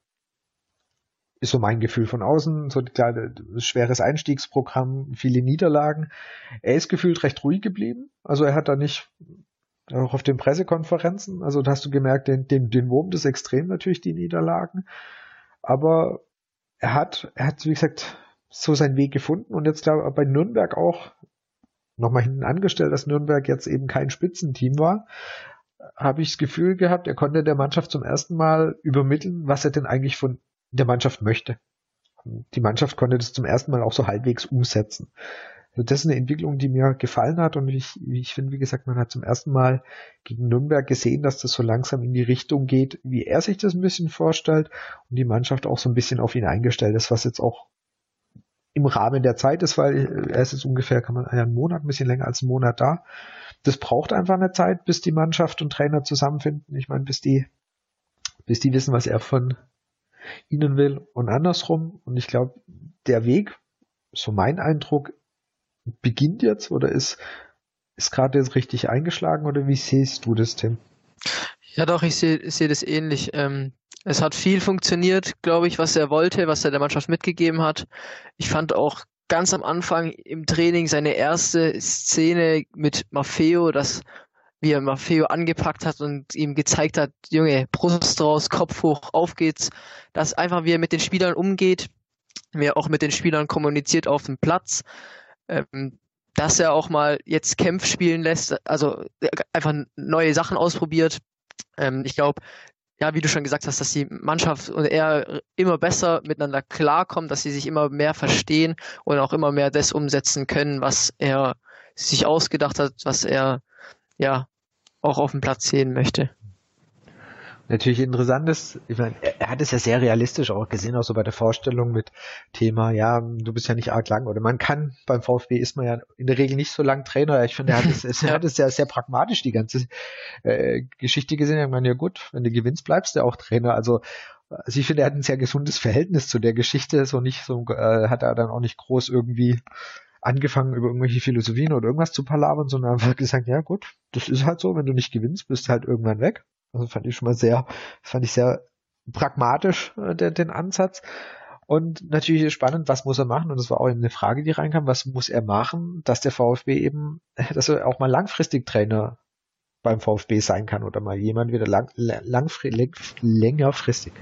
Ist so mein Gefühl von außen. So ein schweres Einstiegsprogramm, viele Niederlagen. Er ist gefühlt recht ruhig geblieben. Also er hat da nicht... Auch auf den Pressekonferenzen, also da hast du gemerkt, den Wurm des Extrem natürlich, die Niederlagen. Aber er hat, wie gesagt, so seinen Weg gefunden und jetzt glaube ich bei Nürnberg auch nochmal hinten angestellt, dass Nürnberg jetzt eben kein Spitzenteam war, habe ich das Gefühl gehabt, er konnte der Mannschaft zum ersten Mal übermitteln, was er denn eigentlich von der Mannschaft möchte. Die Mannschaft konnte das zum ersten Mal auch so halbwegs umsetzen. Also das ist eine Entwicklung, die mir gefallen hat und ich finde, wie gesagt, man hat zum ersten Mal gegen Nürnberg gesehen, dass das so langsam in die Richtung geht, wie er sich das ein bisschen vorstellt und die Mannschaft auch so ein bisschen auf ihn eingestellt ist, was jetzt auch im Rahmen der Zeit ist, weil er ist jetzt ungefähr, kann man einen Monat, ein bisschen länger als einen Monat da. Das braucht einfach eine Zeit, bis die Mannschaft und Trainer zusammenfinden. Ich meine, bis die wissen, was er von ihnen will und andersrum. Und ich glaube, der Weg, so mein Eindruck, beginnt jetzt oder ist gerade jetzt richtig eingeschlagen oder wie siehst du das, Tim? Ja doch, ich sehe das ähnlich. Es hat viel funktioniert, glaube ich, was er wollte, was er der Mannschaft mitgegeben hat. Ich fand auch ganz am Anfang im Training seine erste Szene mit Maffeo, wie er Maffeo angepackt hat und ihm gezeigt hat, Junge, Brust raus, Kopf hoch, auf geht's. Das einfach, wie er mit den Spielern umgeht, wie er auch mit den Spielern kommuniziert auf dem Platz, dass er auch mal jetzt Kämpf spielen lässt, also einfach neue Sachen ausprobiert. Ich glaube, ja, wie du schon gesagt hast, dass die Mannschaft und er immer besser miteinander klarkommen, dass sie sich immer mehr verstehen und auch immer mehr das umsetzen können, was er sich ausgedacht hat, was er ja auch auf dem Platz sehen möchte. Natürlich interessant ist, ich meine, er hat es ja sehr realistisch auch gesehen, auch so bei der Vorstellung mit Thema, ja, du bist ja nicht arg lang, oder man kann, beim VfB ist man ja in der Regel nicht so lang Trainer. Ich finde, er hat es ja sehr pragmatisch, die ganze Geschichte gesehen. Ich meine, ja gut, wenn du gewinnst, bleibst du auch Trainer. Also ich finde, er hat ein sehr gesundes Verhältnis zu der Geschichte, so nicht so, hat er dann auch nicht groß irgendwie angefangen, über irgendwelche Philosophien oder irgendwas zu palavern, sondern einfach gesagt, ja gut, das ist halt so, wenn du nicht gewinnst, bist du halt irgendwann weg. Also fand ich sehr pragmatisch, den Ansatz. Und natürlich ist spannend, was muss er machen? Und das war auch eben eine Frage, die reinkam, was muss er machen, dass der VfB eben, dass er auch mal langfristig Trainer beim VfB sein kann oder mal jemand wieder längerfristig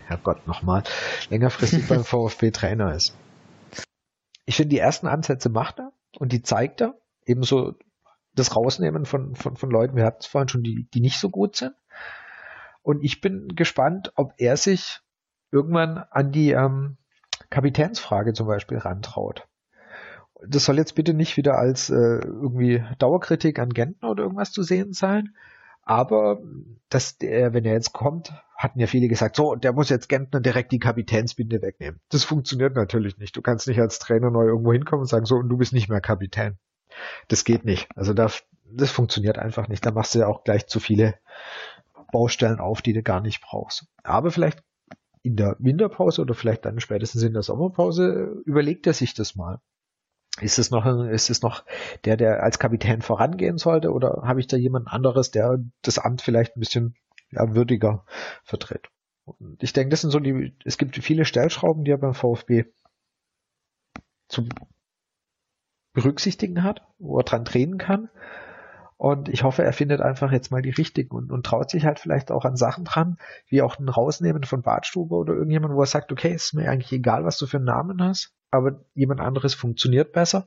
beim VfB Trainer ist. Ich finde, die ersten Ansätze macht er und die zeigt er. Ebenso das Rausnehmen von Leuten, wir hatten es vorhin schon, die nicht so gut sind. Und ich bin gespannt, ob er sich irgendwann an die Kapitänsfrage zum Beispiel rantraut. Das soll jetzt bitte nicht wieder als irgendwie Dauerkritik an Gentner oder irgendwas zu sehen sein. Aber wenn er jetzt kommt, hatten ja viele gesagt, so, der muss jetzt Gentner direkt die Kapitänsbinde wegnehmen. Das funktioniert natürlich nicht. Du kannst nicht als Trainer neu irgendwo hinkommen und sagen, so, und du bist nicht mehr Kapitän. Das geht nicht. Also das funktioniert einfach nicht. Da machst du ja auch gleich zu viele Baustellen auf, die du gar nicht brauchst. Aber vielleicht in der Winterpause oder vielleicht dann spätestens in der Sommerpause überlegt er sich das mal. Ist es noch der als Kapitän vorangehen sollte oder habe ich da jemand anderes, der das Amt vielleicht ein bisschen würdiger vertritt? Und ich denke, das sind so es gibt viele Stellschrauben, die er beim VfB zu berücksichtigen hat, wo er dran drehen kann. Und ich hoffe, er findet einfach jetzt mal die richtigen und traut sich halt vielleicht auch an Sachen dran, wie auch ein Rausnehmen von Badstube oder irgendjemand, wo er sagt, okay, ist mir eigentlich egal, was du für einen Namen hast, aber jemand anderes funktioniert besser.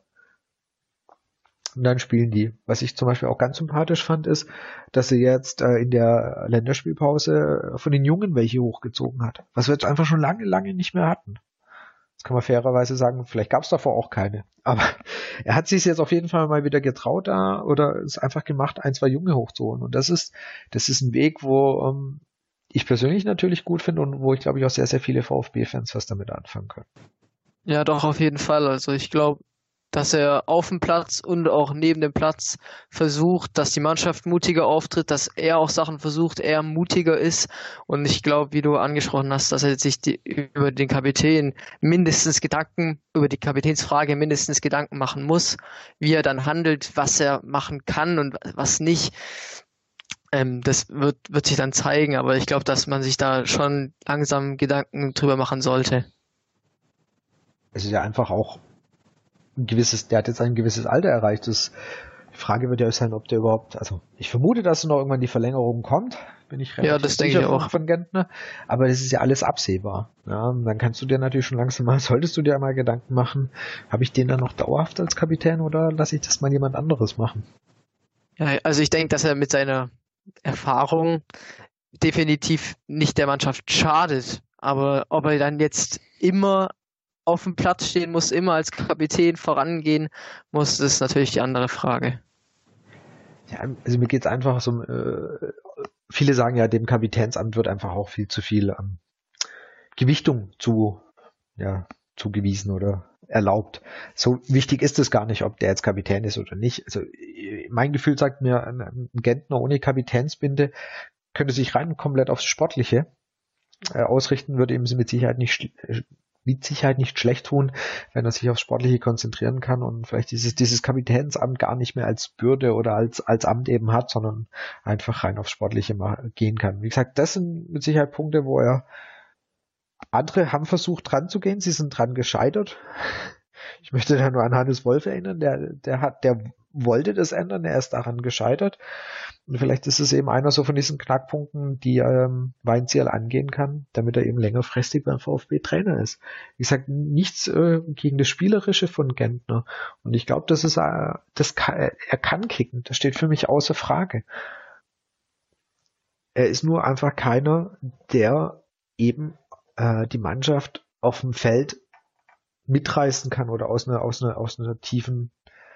Und dann spielen die. Was ich zum Beispiel auch ganz sympathisch fand, ist, dass sie jetzt in der Länderspielpause von den Jungen welche hochgezogen hat. Was wir jetzt einfach schon lange, lange nicht mehr hatten. Das kann man fairerweise sagen, vielleicht gab es davor auch keine. Aber er hat sich jetzt auf jeden Fall mal wieder getraut da oder es einfach gemacht, 1, 2 Junge hochzuholen. Und das ist ein Weg, wo ich persönlich natürlich gut finde und wo ich glaube ich auch sehr, sehr viele VfB-Fans was damit anfangen können. Ja, doch, auf jeden Fall. Also ich glaube, dass er auf dem Platz und auch neben dem Platz versucht, dass die Mannschaft mutiger auftritt, dass er auch Sachen versucht, er mutiger ist. Und ich glaube, wie du angesprochen hast, dass er sich über die Kapitänsfrage mindestens Gedanken machen muss, wie er dann handelt, was er machen kann und was nicht. Das wird sich dann zeigen, aber ich glaube, dass man sich da schon langsam Gedanken drüber machen sollte. Es ist ja einfach auch der hat jetzt ein gewisses Alter erreicht. Die Frage wird ja sein, ob der überhaupt, also ich vermute, dass noch irgendwann die Verlängerung kommt, bin ich relativ sicher von Gentner, aber das ist ja alles absehbar. Ja, dann kannst du dir natürlich schon langsam solltest du dir mal Gedanken machen, habe ich den dann noch dauerhaft als Kapitän oder lasse ich das mal jemand anderes machen? Ja, also ich denke, dass er mit seiner Erfahrung definitiv nicht der Mannschaft schadet, aber ob er dann jetzt immer auf dem Platz stehen muss, immer als Kapitän vorangehen muss, das ist natürlich die andere Frage. Ja, also mir geht es einfach so, viele sagen ja, dem Kapitänsamt wird einfach auch viel zu viel Gewichtung zugewiesen oder erlaubt. So wichtig ist es gar nicht, ob der jetzt Kapitän ist oder nicht. Also mein Gefühl sagt mir, ein Gentner ohne Kapitänsbinde könnte sich rein komplett aufs Sportliche ausrichten, würde ihm mit Sicherheit nicht schlecht tun, wenn er sich aufs Sportliche konzentrieren kann und vielleicht dieses Kapitänsamt gar nicht mehr als Bürde oder als Amt eben hat, sondern einfach rein aufs Sportliche gehen kann. Wie gesagt, das sind mit Sicherheit Punkte, wo andere haben versucht dran zu gehen, sie sind dran gescheitert. Ich möchte da nur an Hannes Wolf erinnern, der wollte das ändern, er ist daran gescheitert. Und vielleicht ist es eben einer so von diesen Knackpunkten, die Weinzierl angehen kann, damit er eben längerfristig beim VfB Trainer ist. Wie gesagt, nichts gegen das Spielerische von Gentner. Und ich glaube, er kann kicken. Das steht für mich außer Frage. Er ist nur einfach keiner, der eben die Mannschaft auf dem Feld mitreißen kann oder aus einem tiefen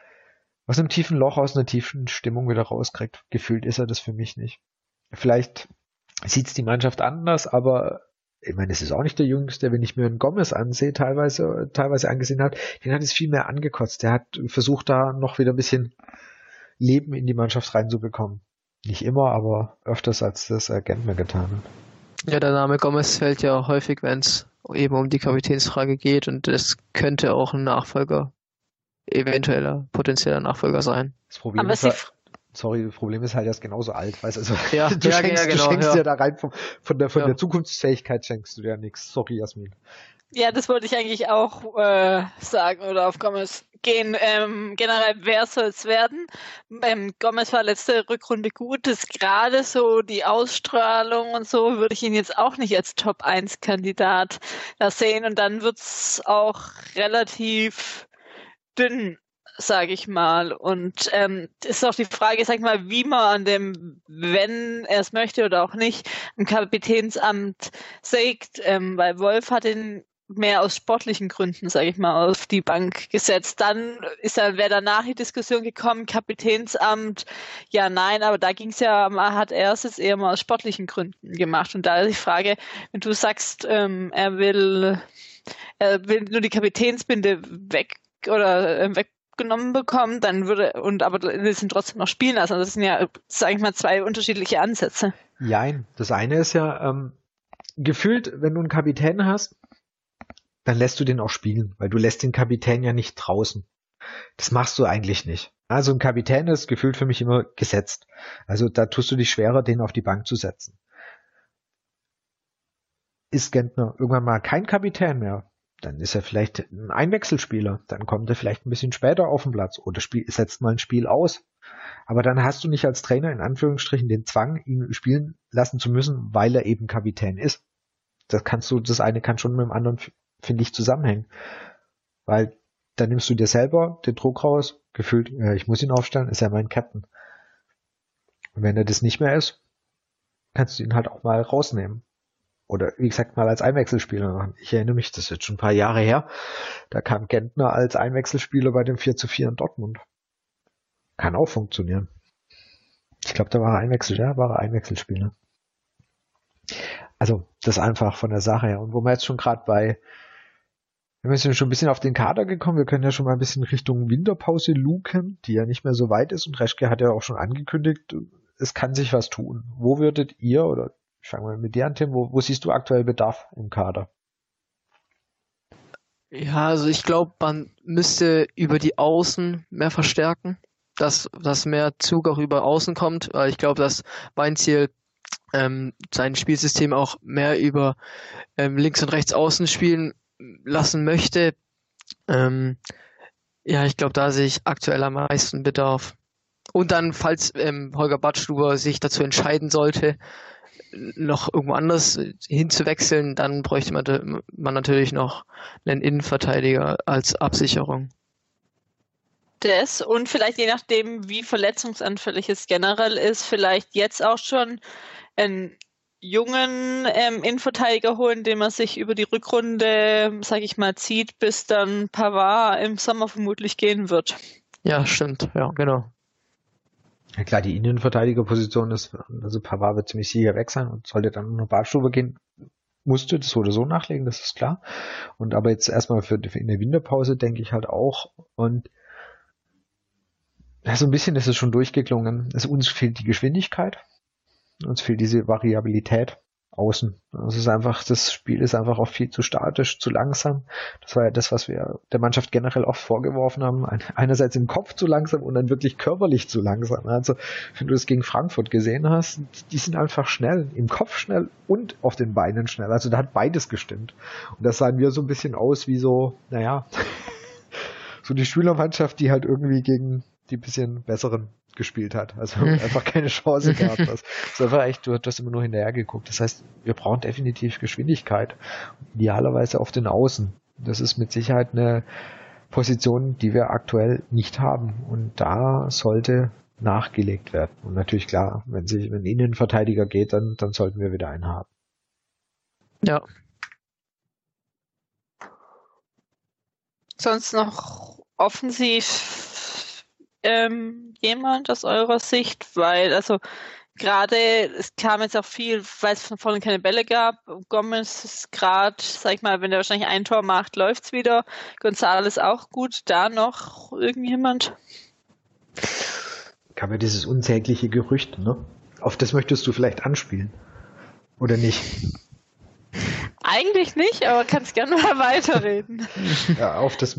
Loch, aus einer tiefen Stimmung wieder rauskriegt. Gefühlt ist er das für mich nicht. Vielleicht sieht's die Mannschaft anders, aber ich meine, es ist auch nicht der Jüngste, wenn ich mir einen Gomez ansehe, teilweise angesehen hat, den hat es viel mehr angekotzt. Der hat versucht, da noch wieder ein bisschen Leben in die Mannschaft reinzubekommen. Nicht immer, aber öfters, als das Gentner getan hat. Ja, der Name Gomez fällt ja häufig, wenn es eben um die Kapitänsfrage geht, und das könnte auch ein Nachfolger, eventueller potenzieller Nachfolger sein. Das Problem ist halt, das Problem ist halt, er ist genauso alt, weißt also ja, du schenkst ja da rein von der Ja. Zukunftsfähigkeit schenkst du dir nichts. Sorry, Jasmin. Ja, das wollte ich eigentlich auch sagen oder auf Gomez gehen. Generell, wer soll es werden? Gomez war letzte Rückrunde gut. Das gerade so die Ausstrahlung und so würde ich ihn jetzt auch nicht als Top-1-Kandidat da sehen. Und dann wird's auch relativ dünn, sage ich mal. Und ist auch die Frage, sag ich mal, wie man an dem, wenn er es möchte oder auch nicht, im Kapitänsamt sägt, weil Wolf hat ihn mehr aus sportlichen Gründen, sage ich mal, auf die Bank gesetzt. Dann wäre danach die Diskussion gekommen, Kapitänsamt, ja, nein, aber da ging es ja, hat er es jetzt eher mal aus sportlichen Gründen gemacht. Und da ist die Frage, wenn du sagst, er will nur die Kapitänsbinde weggenommen bekommen, dann aber will ihn trotzdem noch spielen lassen. Also das sind ja, sage ich mal, zwei unterschiedliche Ansätze. Jein. Das eine ist ja, gefühlt, wenn du einen Kapitän hast, dann lässt du den auch spielen, weil du lässt den Kapitän ja nicht draußen. Das machst du eigentlich nicht. Also ein Kapitän ist gefühlt für mich immer gesetzt. Also da tust du dich schwerer, den auf die Bank zu setzen. Ist Gentner irgendwann mal kein Kapitän mehr, dann ist er vielleicht ein Einwechselspieler. Dann kommt er vielleicht ein bisschen später auf den Platz oder setzt mal ein Spiel aus. Aber dann hast du nicht als Trainer in Anführungsstrichen den Zwang, ihn spielen lassen zu müssen, weil er eben Kapitän ist. Das eine kann schon mit dem anderen, finde ich, zusammenhängen. Weil dann nimmst du dir selber den Druck raus, gefühlt, ich muss ihn aufstellen, ist er mein Captain. Und wenn er das nicht mehr ist, kannst du ihn halt auch mal rausnehmen. Oder wie gesagt, mal als Einwechselspieler machen. Ich erinnere mich, das ist jetzt schon ein paar Jahre her, da kam Gentner als Einwechselspieler bei dem 4:4 in Dortmund. Kann auch funktionieren. Ich glaube, da war er Einwechselspieler. Also, das einfach von der Sache her. Und wo wir jetzt schon gerade wir sind schon ein bisschen auf den Kader gekommen, wir können ja schon mal ein bisschen Richtung Winterpause luken, die ja nicht mehr so weit ist, und Reschke hat ja auch schon angekündigt, es kann sich was tun. Wo würdet ihr, oder ich fange mal mit dir an, Tim, wo siehst du aktuell Bedarf im Kader? Ja, also ich glaube, man müsste über die Außen mehr verstärken, dass mehr Zug auch über Außen kommt, weil ich glaube, dass Weinzierl sein Spielsystem auch mehr über links und rechts außen spielen lassen möchte. Ja, ich glaube, da sehe ich aktuell am meisten Bedarf. Und dann, falls Holger Badstuber sich dazu entscheiden sollte, noch irgendwo anders hinzuwechseln, dann bräuchte man natürlich noch einen Innenverteidiger als Absicherung. Das und vielleicht je nachdem, wie verletzungsanfällig es generell ist, vielleicht jetzt auch schon einen jungen Innenverteidiger holen, den man sich über die Rückrunde, sage ich mal, zieht, bis dann Pavard im Sommer vermutlich gehen wird. Ja, stimmt, ja, genau. Ja klar, die Innenverteidigerposition ist, also Pavard wird ziemlich sicher weg sein und sollte dann nur Badstube gehen, musste das oder so nachlegen, das ist klar. Und aber jetzt erstmal in der Winterpause denke ich halt auch, und ja, so ein bisschen ist es schon durchgeklungen. Uns fehlt die Geschwindigkeit, uns fehlt diese Variabilität außen. Das Spiel ist einfach auch viel zu statisch, zu langsam. Das war ja das, was wir der Mannschaft generell oft vorgeworfen haben. Einerseits im Kopf zu langsam und dann wirklich körperlich zu langsam. Also, wenn du es gegen Frankfurt gesehen hast, die sind einfach schnell, im Kopf schnell und auf den Beinen schnell. Also da hat beides gestimmt. Und das sahen wir so ein bisschen aus wie so, naja, so die Schülermannschaft, die halt irgendwie gegen die bisschen besseren gespielt hat. Also einfach keine Chance gehabt. Das ist einfach echt, du hast immer nur hinterher geguckt. Das heißt, wir brauchen definitiv Geschwindigkeit. Idealerweise auf den Außen. Das ist mit Sicherheit eine Position, die wir aktuell nicht haben. Und da sollte nachgelegt werden. Und natürlich klar, wenn ein Innenverteidiger geht, dann sollten wir wieder einen haben. Ja. Sonst noch offensiv jemand aus eurer Sicht? Weil, also gerade, es kam jetzt auch viel, weil es von vorne keine Bälle gab. Gomez ist gerade, sag ich mal, wenn er wahrscheinlich ein Tor macht, läuft's wieder. González auch gut. Da noch irgendjemand? Gab ja dieses unsägliche Gerücht, ne? Auf das möchtest du vielleicht anspielen. Oder nicht? Eigentlich nicht, aber kannst gerne mal weiterreden. Ja, auf das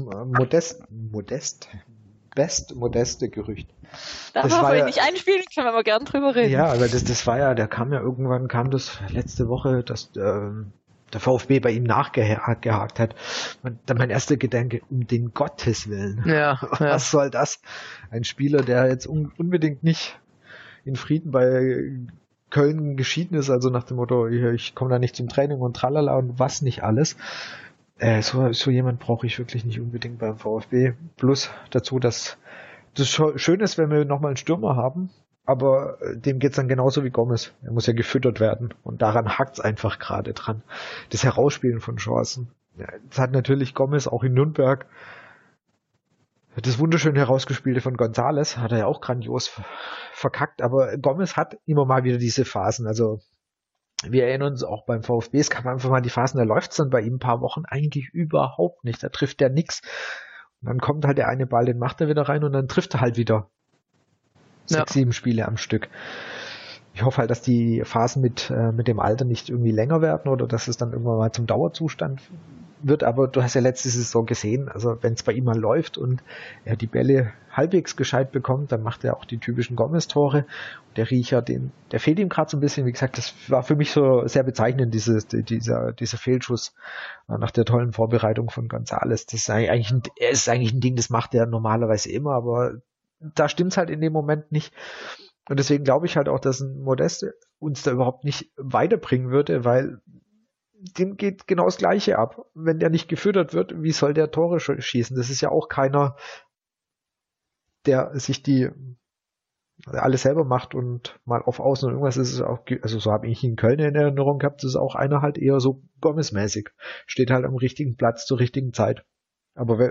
modeste Gerücht. Darauf will ich nicht einspielen, können wir aber gern drüber reden. Ja, aber das war ja, kam das letzte Woche, dass der VfB bei ihm nachgehakt hat. Und dann mein erster Gedanke, um den Gottes Willen. Ja. Was soll das? Ein Spieler, der jetzt unbedingt nicht in Frieden bei Köln geschieden ist, also nach dem Motto, ich komme da nicht zum Training und tralala und was nicht alles. So jemand brauche ich wirklich nicht unbedingt beim VfB. Plus dazu, dass das schön ist, wenn wir nochmal einen Stürmer haben, aber dem geht's dann genauso wie Gomez. Er muss ja gefüttert werden und daran hakt's einfach gerade dran. Das Herausspielen von Chancen. Ja, das hat natürlich Gomez auch in Nürnberg. Das wunderschön herausgespielte von González hat er ja auch grandios verkackt, aber Gomez hat immer mal wieder diese Phasen. Also wir erinnern uns auch beim VfB, es kam einfach mal die Phasen, da läuft's dann bei ihm ein paar Wochen eigentlich überhaupt nicht. Da trifft er nix. Und dann kommt halt der eine Ball, den macht er wieder rein und dann trifft er halt wieder 6, 7 Spiele am Stück. Ich hoffe halt, dass die Phasen mit dem Alter nicht irgendwie länger werden oder dass es dann irgendwann mal zum Dauerzustand wird, aber du hast ja letzte Saison gesehen, also wenn es bei ihm mal läuft und er die Bälle halbwegs gescheit bekommt, dann macht er auch die typischen Gomez-Tore. Der Riecher, der fehlt ihm gerade so ein bisschen, wie gesagt, das war für mich so sehr bezeichnend, dieser Fehlschuss nach der tollen Vorbereitung von González. Das ist eigentlich ein Ding, das macht er normalerweise immer, aber da stimmt's halt in dem Moment nicht. Und deswegen glaube ich halt auch, dass ein Modeste uns da überhaupt nicht weiterbringen würde, weil dem geht genau das Gleiche ab. Wenn der nicht gefüttert wird, wie soll der Tore schießen? Das ist ja auch keiner, der sich die alles selber macht und mal auf Außen und irgendwas ist es auch, also so habe ich ihn in Köln in Erinnerung gehabt, das ist auch einer halt eher so Gomez-mäßig. Steht halt am richtigen Platz zur richtigen Zeit. Aber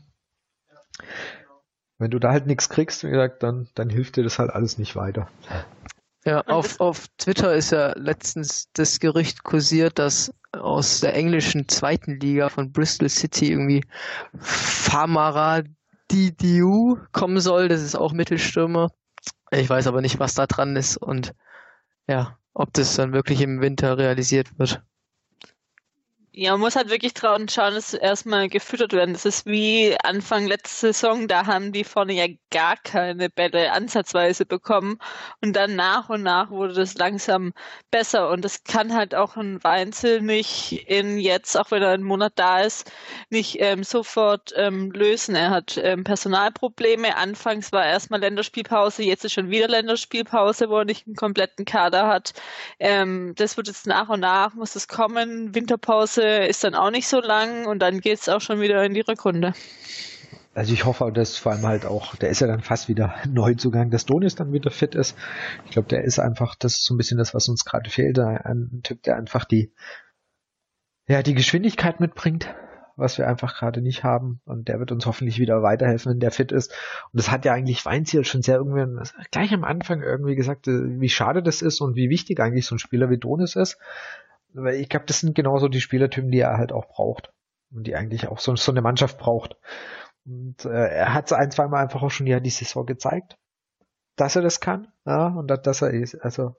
wenn du da halt nichts kriegst, wie gesagt, dann hilft dir das halt alles nicht weiter. Ja, auf Twitter ist ja letztens das Gerücht kursiert, dass aus der englischen zweiten Liga von Bristol City irgendwie Famara Didiu kommen soll. Das ist auch Mittelstürmer. Ich weiß aber nicht, was da dran ist und ja, ob das dann wirklich im Winter realisiert wird. Ja, man muss halt wirklich schauen, dass erstmal gefüttert werden. Das ist wie Anfang letzte Saison, da haben die vorne ja gar keine Bälle ansatzweise bekommen und dann nach und nach wurde das langsam besser und das kann halt auch ein Weinzel nicht jetzt, auch wenn er einen Monat da ist, nicht sofort lösen. Er hat Personalprobleme. Anfangs war erstmal Länderspielpause, jetzt ist schon wieder Länderspielpause, wo er nicht einen kompletten Kader hat. Das wird jetzt nach und nach, muss es kommen. Winterpause ist dann auch nicht so lang und dann geht's auch schon wieder in die Rückrunde. Also ich hoffe, dass vor allem halt auch, der ist ja dann fast wieder Neuzugang, dass Donis dann wieder fit ist. Ich glaube, der ist einfach, das ist so ein bisschen das, was uns gerade fehlt. Ein Typ, der einfach die Geschwindigkeit mitbringt, was wir einfach gerade nicht haben. Und der wird uns hoffentlich wieder weiterhelfen, wenn der fit ist. Und das hat ja eigentlich Weinziel schon sehr irgendwann gleich am Anfang irgendwie gesagt, wie schade das ist und wie wichtig eigentlich so ein Spieler wie Donis ist. Weil ich glaube, das sind genauso die Spielertypen, die er halt auch braucht. Und die eigentlich auch so eine Mannschaft braucht. Und er hat es ein, zweimal einfach auch schon die Saison gezeigt, dass er das kann. Ja, und dass er also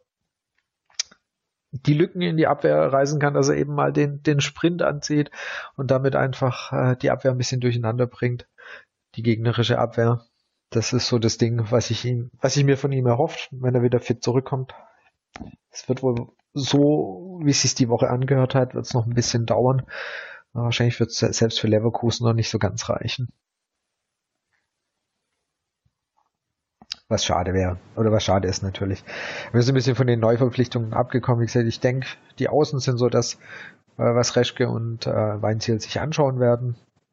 die Lücken in die Abwehr reißen kann, dass er eben mal den Sprint anzieht und damit einfach die Abwehr ein bisschen durcheinander bringt. Die gegnerische Abwehr. Das ist so das Ding, was ich mir von ihm erhofft, wenn er wieder fit zurückkommt. Es wird wohl so, wie es sich die Woche angehört hat, wird es noch ein bisschen dauern. Wahrscheinlich wird es selbst für Leverkusen noch nicht so ganz reichen. Was schade wäre. Oder was schade ist natürlich. Wir sind ein bisschen von den Neuverpflichtungen abgekommen. Wie gesagt, ich denke, die Außen sind so das, was Reschke und Weinziel sich anschauen werden.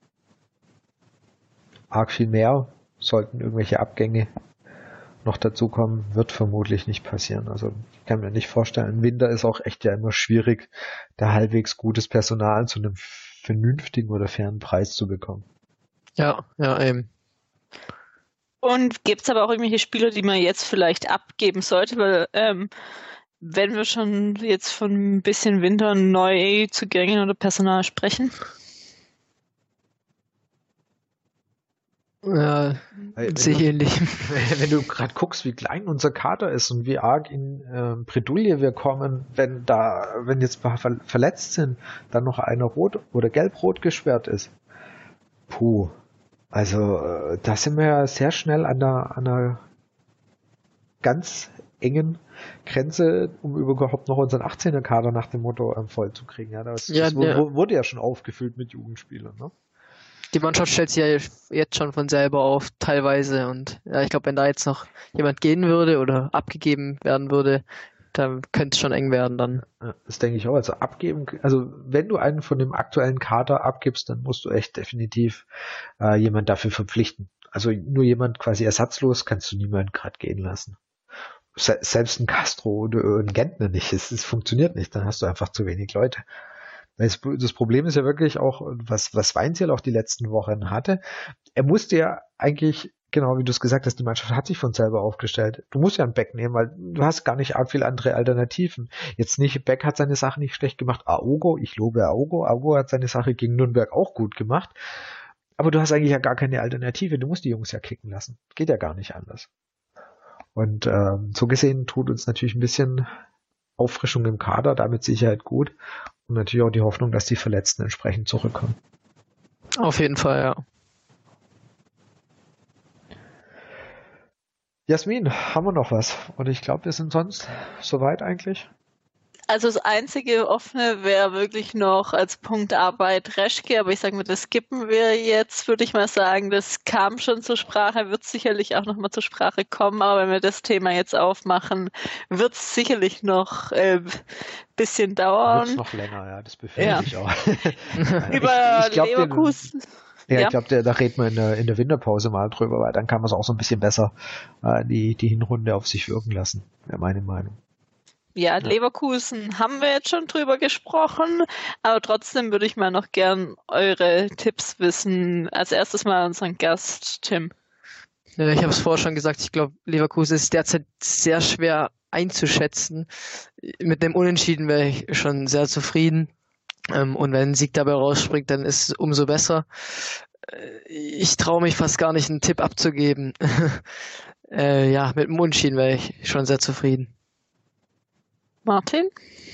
Arg viel mehr sollten irgendwelche Abgänge noch dazukommen, wird vermutlich nicht passieren. Also ich kann mir nicht vorstellen, im Winter ist auch echt ja immer schwierig, da halbwegs gutes Personal zu einem vernünftigen oder fairen Preis zu bekommen. Ja, eben. Und gibt es aber auch irgendwelche Spieler, die man jetzt vielleicht abgeben sollte, weil wenn wir schon jetzt von ein bisschen Winter Neuzugängen oder Personal sprechen? Ja, sehe ich ähnlich. Wenn du gerade guckst, wie klein unser Kader ist und wie arg in Bredouille wir kommen, wenn jetzt ein paar verletzt sind, dann noch einer rot oder gelb-rot gesperrt ist. Puh. Also da sind wir ja sehr schnell an einer ganz engen Grenze, um überhaupt noch unseren 18er-Kader nach dem Motto voll zu kriegen. Ja, das wurde ja schon aufgefüllt mit Jugendspielern, ne? Die Mannschaft stellt sich ja jetzt schon von selber auf, teilweise. Und ja, ich glaube, wenn da jetzt noch jemand gehen würde oder abgegeben werden würde, dann könnte es schon eng werden dann. Ja, das denke ich auch. Also wenn du einen von dem aktuellen Kader abgibst, dann musst du echt definitiv jemand dafür verpflichten. Also nur jemand quasi ersatzlos kannst du niemanden gerade gehen lassen. Selbst ein Castro oder ein Gentner nicht. Es funktioniert nicht. Dann hast du einfach zu wenig Leute. Das Problem ist ja wirklich auch, was Weinziel auch die letzten Wochen hatte. Er musste ja eigentlich, genau wie du es gesagt hast, die Mannschaft hat sich von selber aufgestellt. Du musst ja einen Beck nehmen, weil du hast gar nicht arg viele andere Alternativen. Jetzt nicht, Beck hat seine Sache nicht schlecht gemacht. Aogo, ich lobe Aogo. Aogo hat seine Sache gegen Nürnberg auch gut gemacht. Aber du hast eigentlich ja gar keine Alternative. Du musst die Jungs ja kicken lassen. Geht ja gar nicht anders. Und so gesehen tut uns natürlich ein bisschen Auffrischung im Kader, damit Sicherheit gut. Und natürlich auch die Hoffnung, dass die Verletzten entsprechend zurückkommen. Auf jeden Fall, ja. Jasmin, haben wir noch was? Und ich glaube, wir sind sonst soweit eigentlich. Also das einzige offene wäre wirklich noch als Punkt Arbeit Reschke, aber ich sage mal, das skippen wir jetzt, würde ich mal sagen. Das kam schon zur Sprache, wird sicherlich auch nochmal zur Sprache kommen, aber wenn wir das Thema jetzt aufmachen, wird es sicherlich noch bisschen dauern. Wird noch länger, ja, das befürchte ich auch. Über Leverkusen. Ich glaube, da reden wir in der Winterpause mal drüber, weil dann kann man es auch so ein bisschen besser die Hinrunde auf sich wirken lassen, wäre meine Meinung. Ja, Leverkusen haben wir jetzt schon drüber gesprochen, aber trotzdem würde ich mal noch gern eure Tipps wissen. Als erstes mal unseren Gast, Tim. Ja, ich habe es vorher schon gesagt, ich glaube, Leverkusen ist derzeit sehr schwer einzuschätzen. Mit dem Unentschieden wäre ich schon sehr zufrieden. Und wenn ein Sieg dabei rausspringt, dann ist es umso besser. Ich traue mich fast gar nicht, einen Tipp abzugeben. Ja, mit dem Unentschieden wäre ich schon sehr zufrieden. Martin?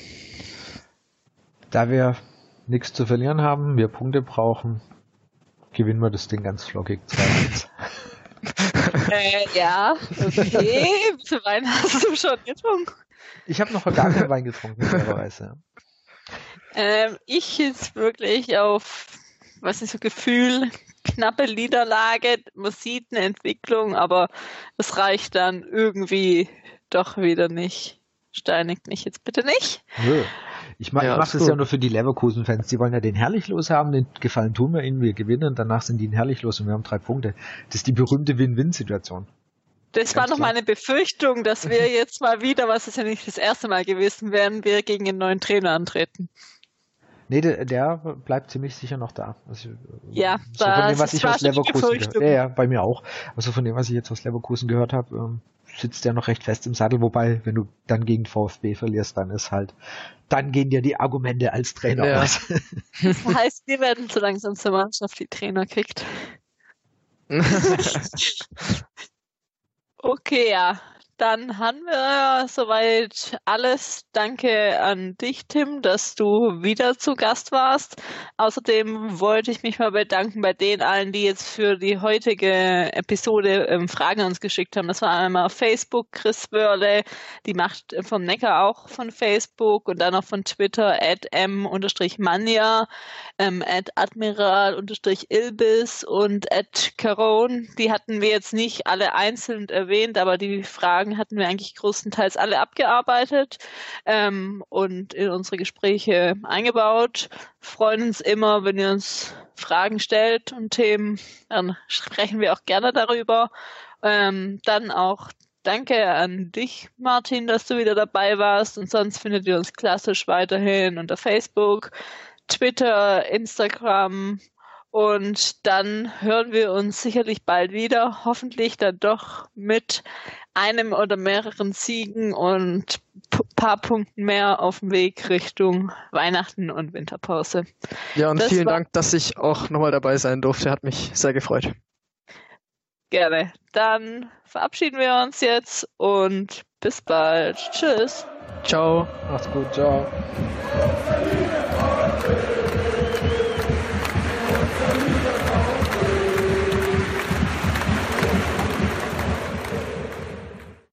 Da wir nichts zu verlieren haben, wir Punkte brauchen, gewinnen wir das Ding ganz flockig 2-1. Ja, okay. Wie viel Wein hast du schon getrunken? Ich habe noch gar keinen Wein getrunken, fairerweise. Ich jetzt wirklich auf, was ist so Gefühl, knappe Niederlage, man sieht eine Entwicklung, aber es reicht dann irgendwie doch wieder nicht. Steinigt mich jetzt bitte nicht. Nö. Ich mache das ja nur für die Leverkusen-Fans. Die wollen ja den Herrlich-Los haben, den Gefallen tun wir ihnen, wir gewinnen, danach sind die ein Herrlich-Los und wir haben 3 Punkte. Das ist die berühmte Win-Win-Situation. Das war noch meine Befürchtung, dass wir jetzt mal wieder, was ist ja nicht das erste Mal gewesen, werden wir gegen einen neuen Trainer antreten. Nee, der bleibt ziemlich sicher noch da. Also, ja, so von dem, was ich aus Leverkusen gehört, ja, bei mir auch. Also von dem, was ich jetzt aus Leverkusen gehört habe, sitzt der noch recht fest im Sattel, wobei, wenn du dann gegen VfB verlierst, dann gehen dir die Argumente als Trainer aus. Das heißt, wir werden so langsam zur Mannschaft, die Trainer kriegt. Okay, ja. dann haben wir soweit alles. Danke an dich, Tim, dass du wieder zu Gast warst. Außerdem wollte ich mich mal bedanken bei den allen, die jetzt für die heutige Episode Fragen uns geschickt haben. Das war einmal auf Facebook Chris Wörle, die macht vom Neckar auch von Facebook und dann auch von Twitter @m_mania, @admiral_ilbis und @caron. Die hatten wir jetzt nicht alle einzeln erwähnt, aber die Fragen hatten wir eigentlich größtenteils alle abgearbeitet und in unsere Gespräche eingebaut. Freuen uns immer, wenn ihr uns Fragen stellt und Themen, dann sprechen wir auch gerne darüber. Dann auch danke an dich, Martin, dass du wieder dabei warst, und sonst findet ihr uns klassisch weiterhin unter Facebook, Twitter, Instagram. Und dann hören wir uns sicherlich bald wieder, hoffentlich dann doch mit einem oder mehreren Siegen und paar Punkten mehr auf dem Weg Richtung Weihnachten und Winterpause. Ja, und vielen Dank, dass ich auch nochmal dabei sein durfte. Hat mich sehr gefreut. Gerne. Dann verabschieden wir uns jetzt und bis bald. Tschüss. Ciao. Macht's gut, ciao.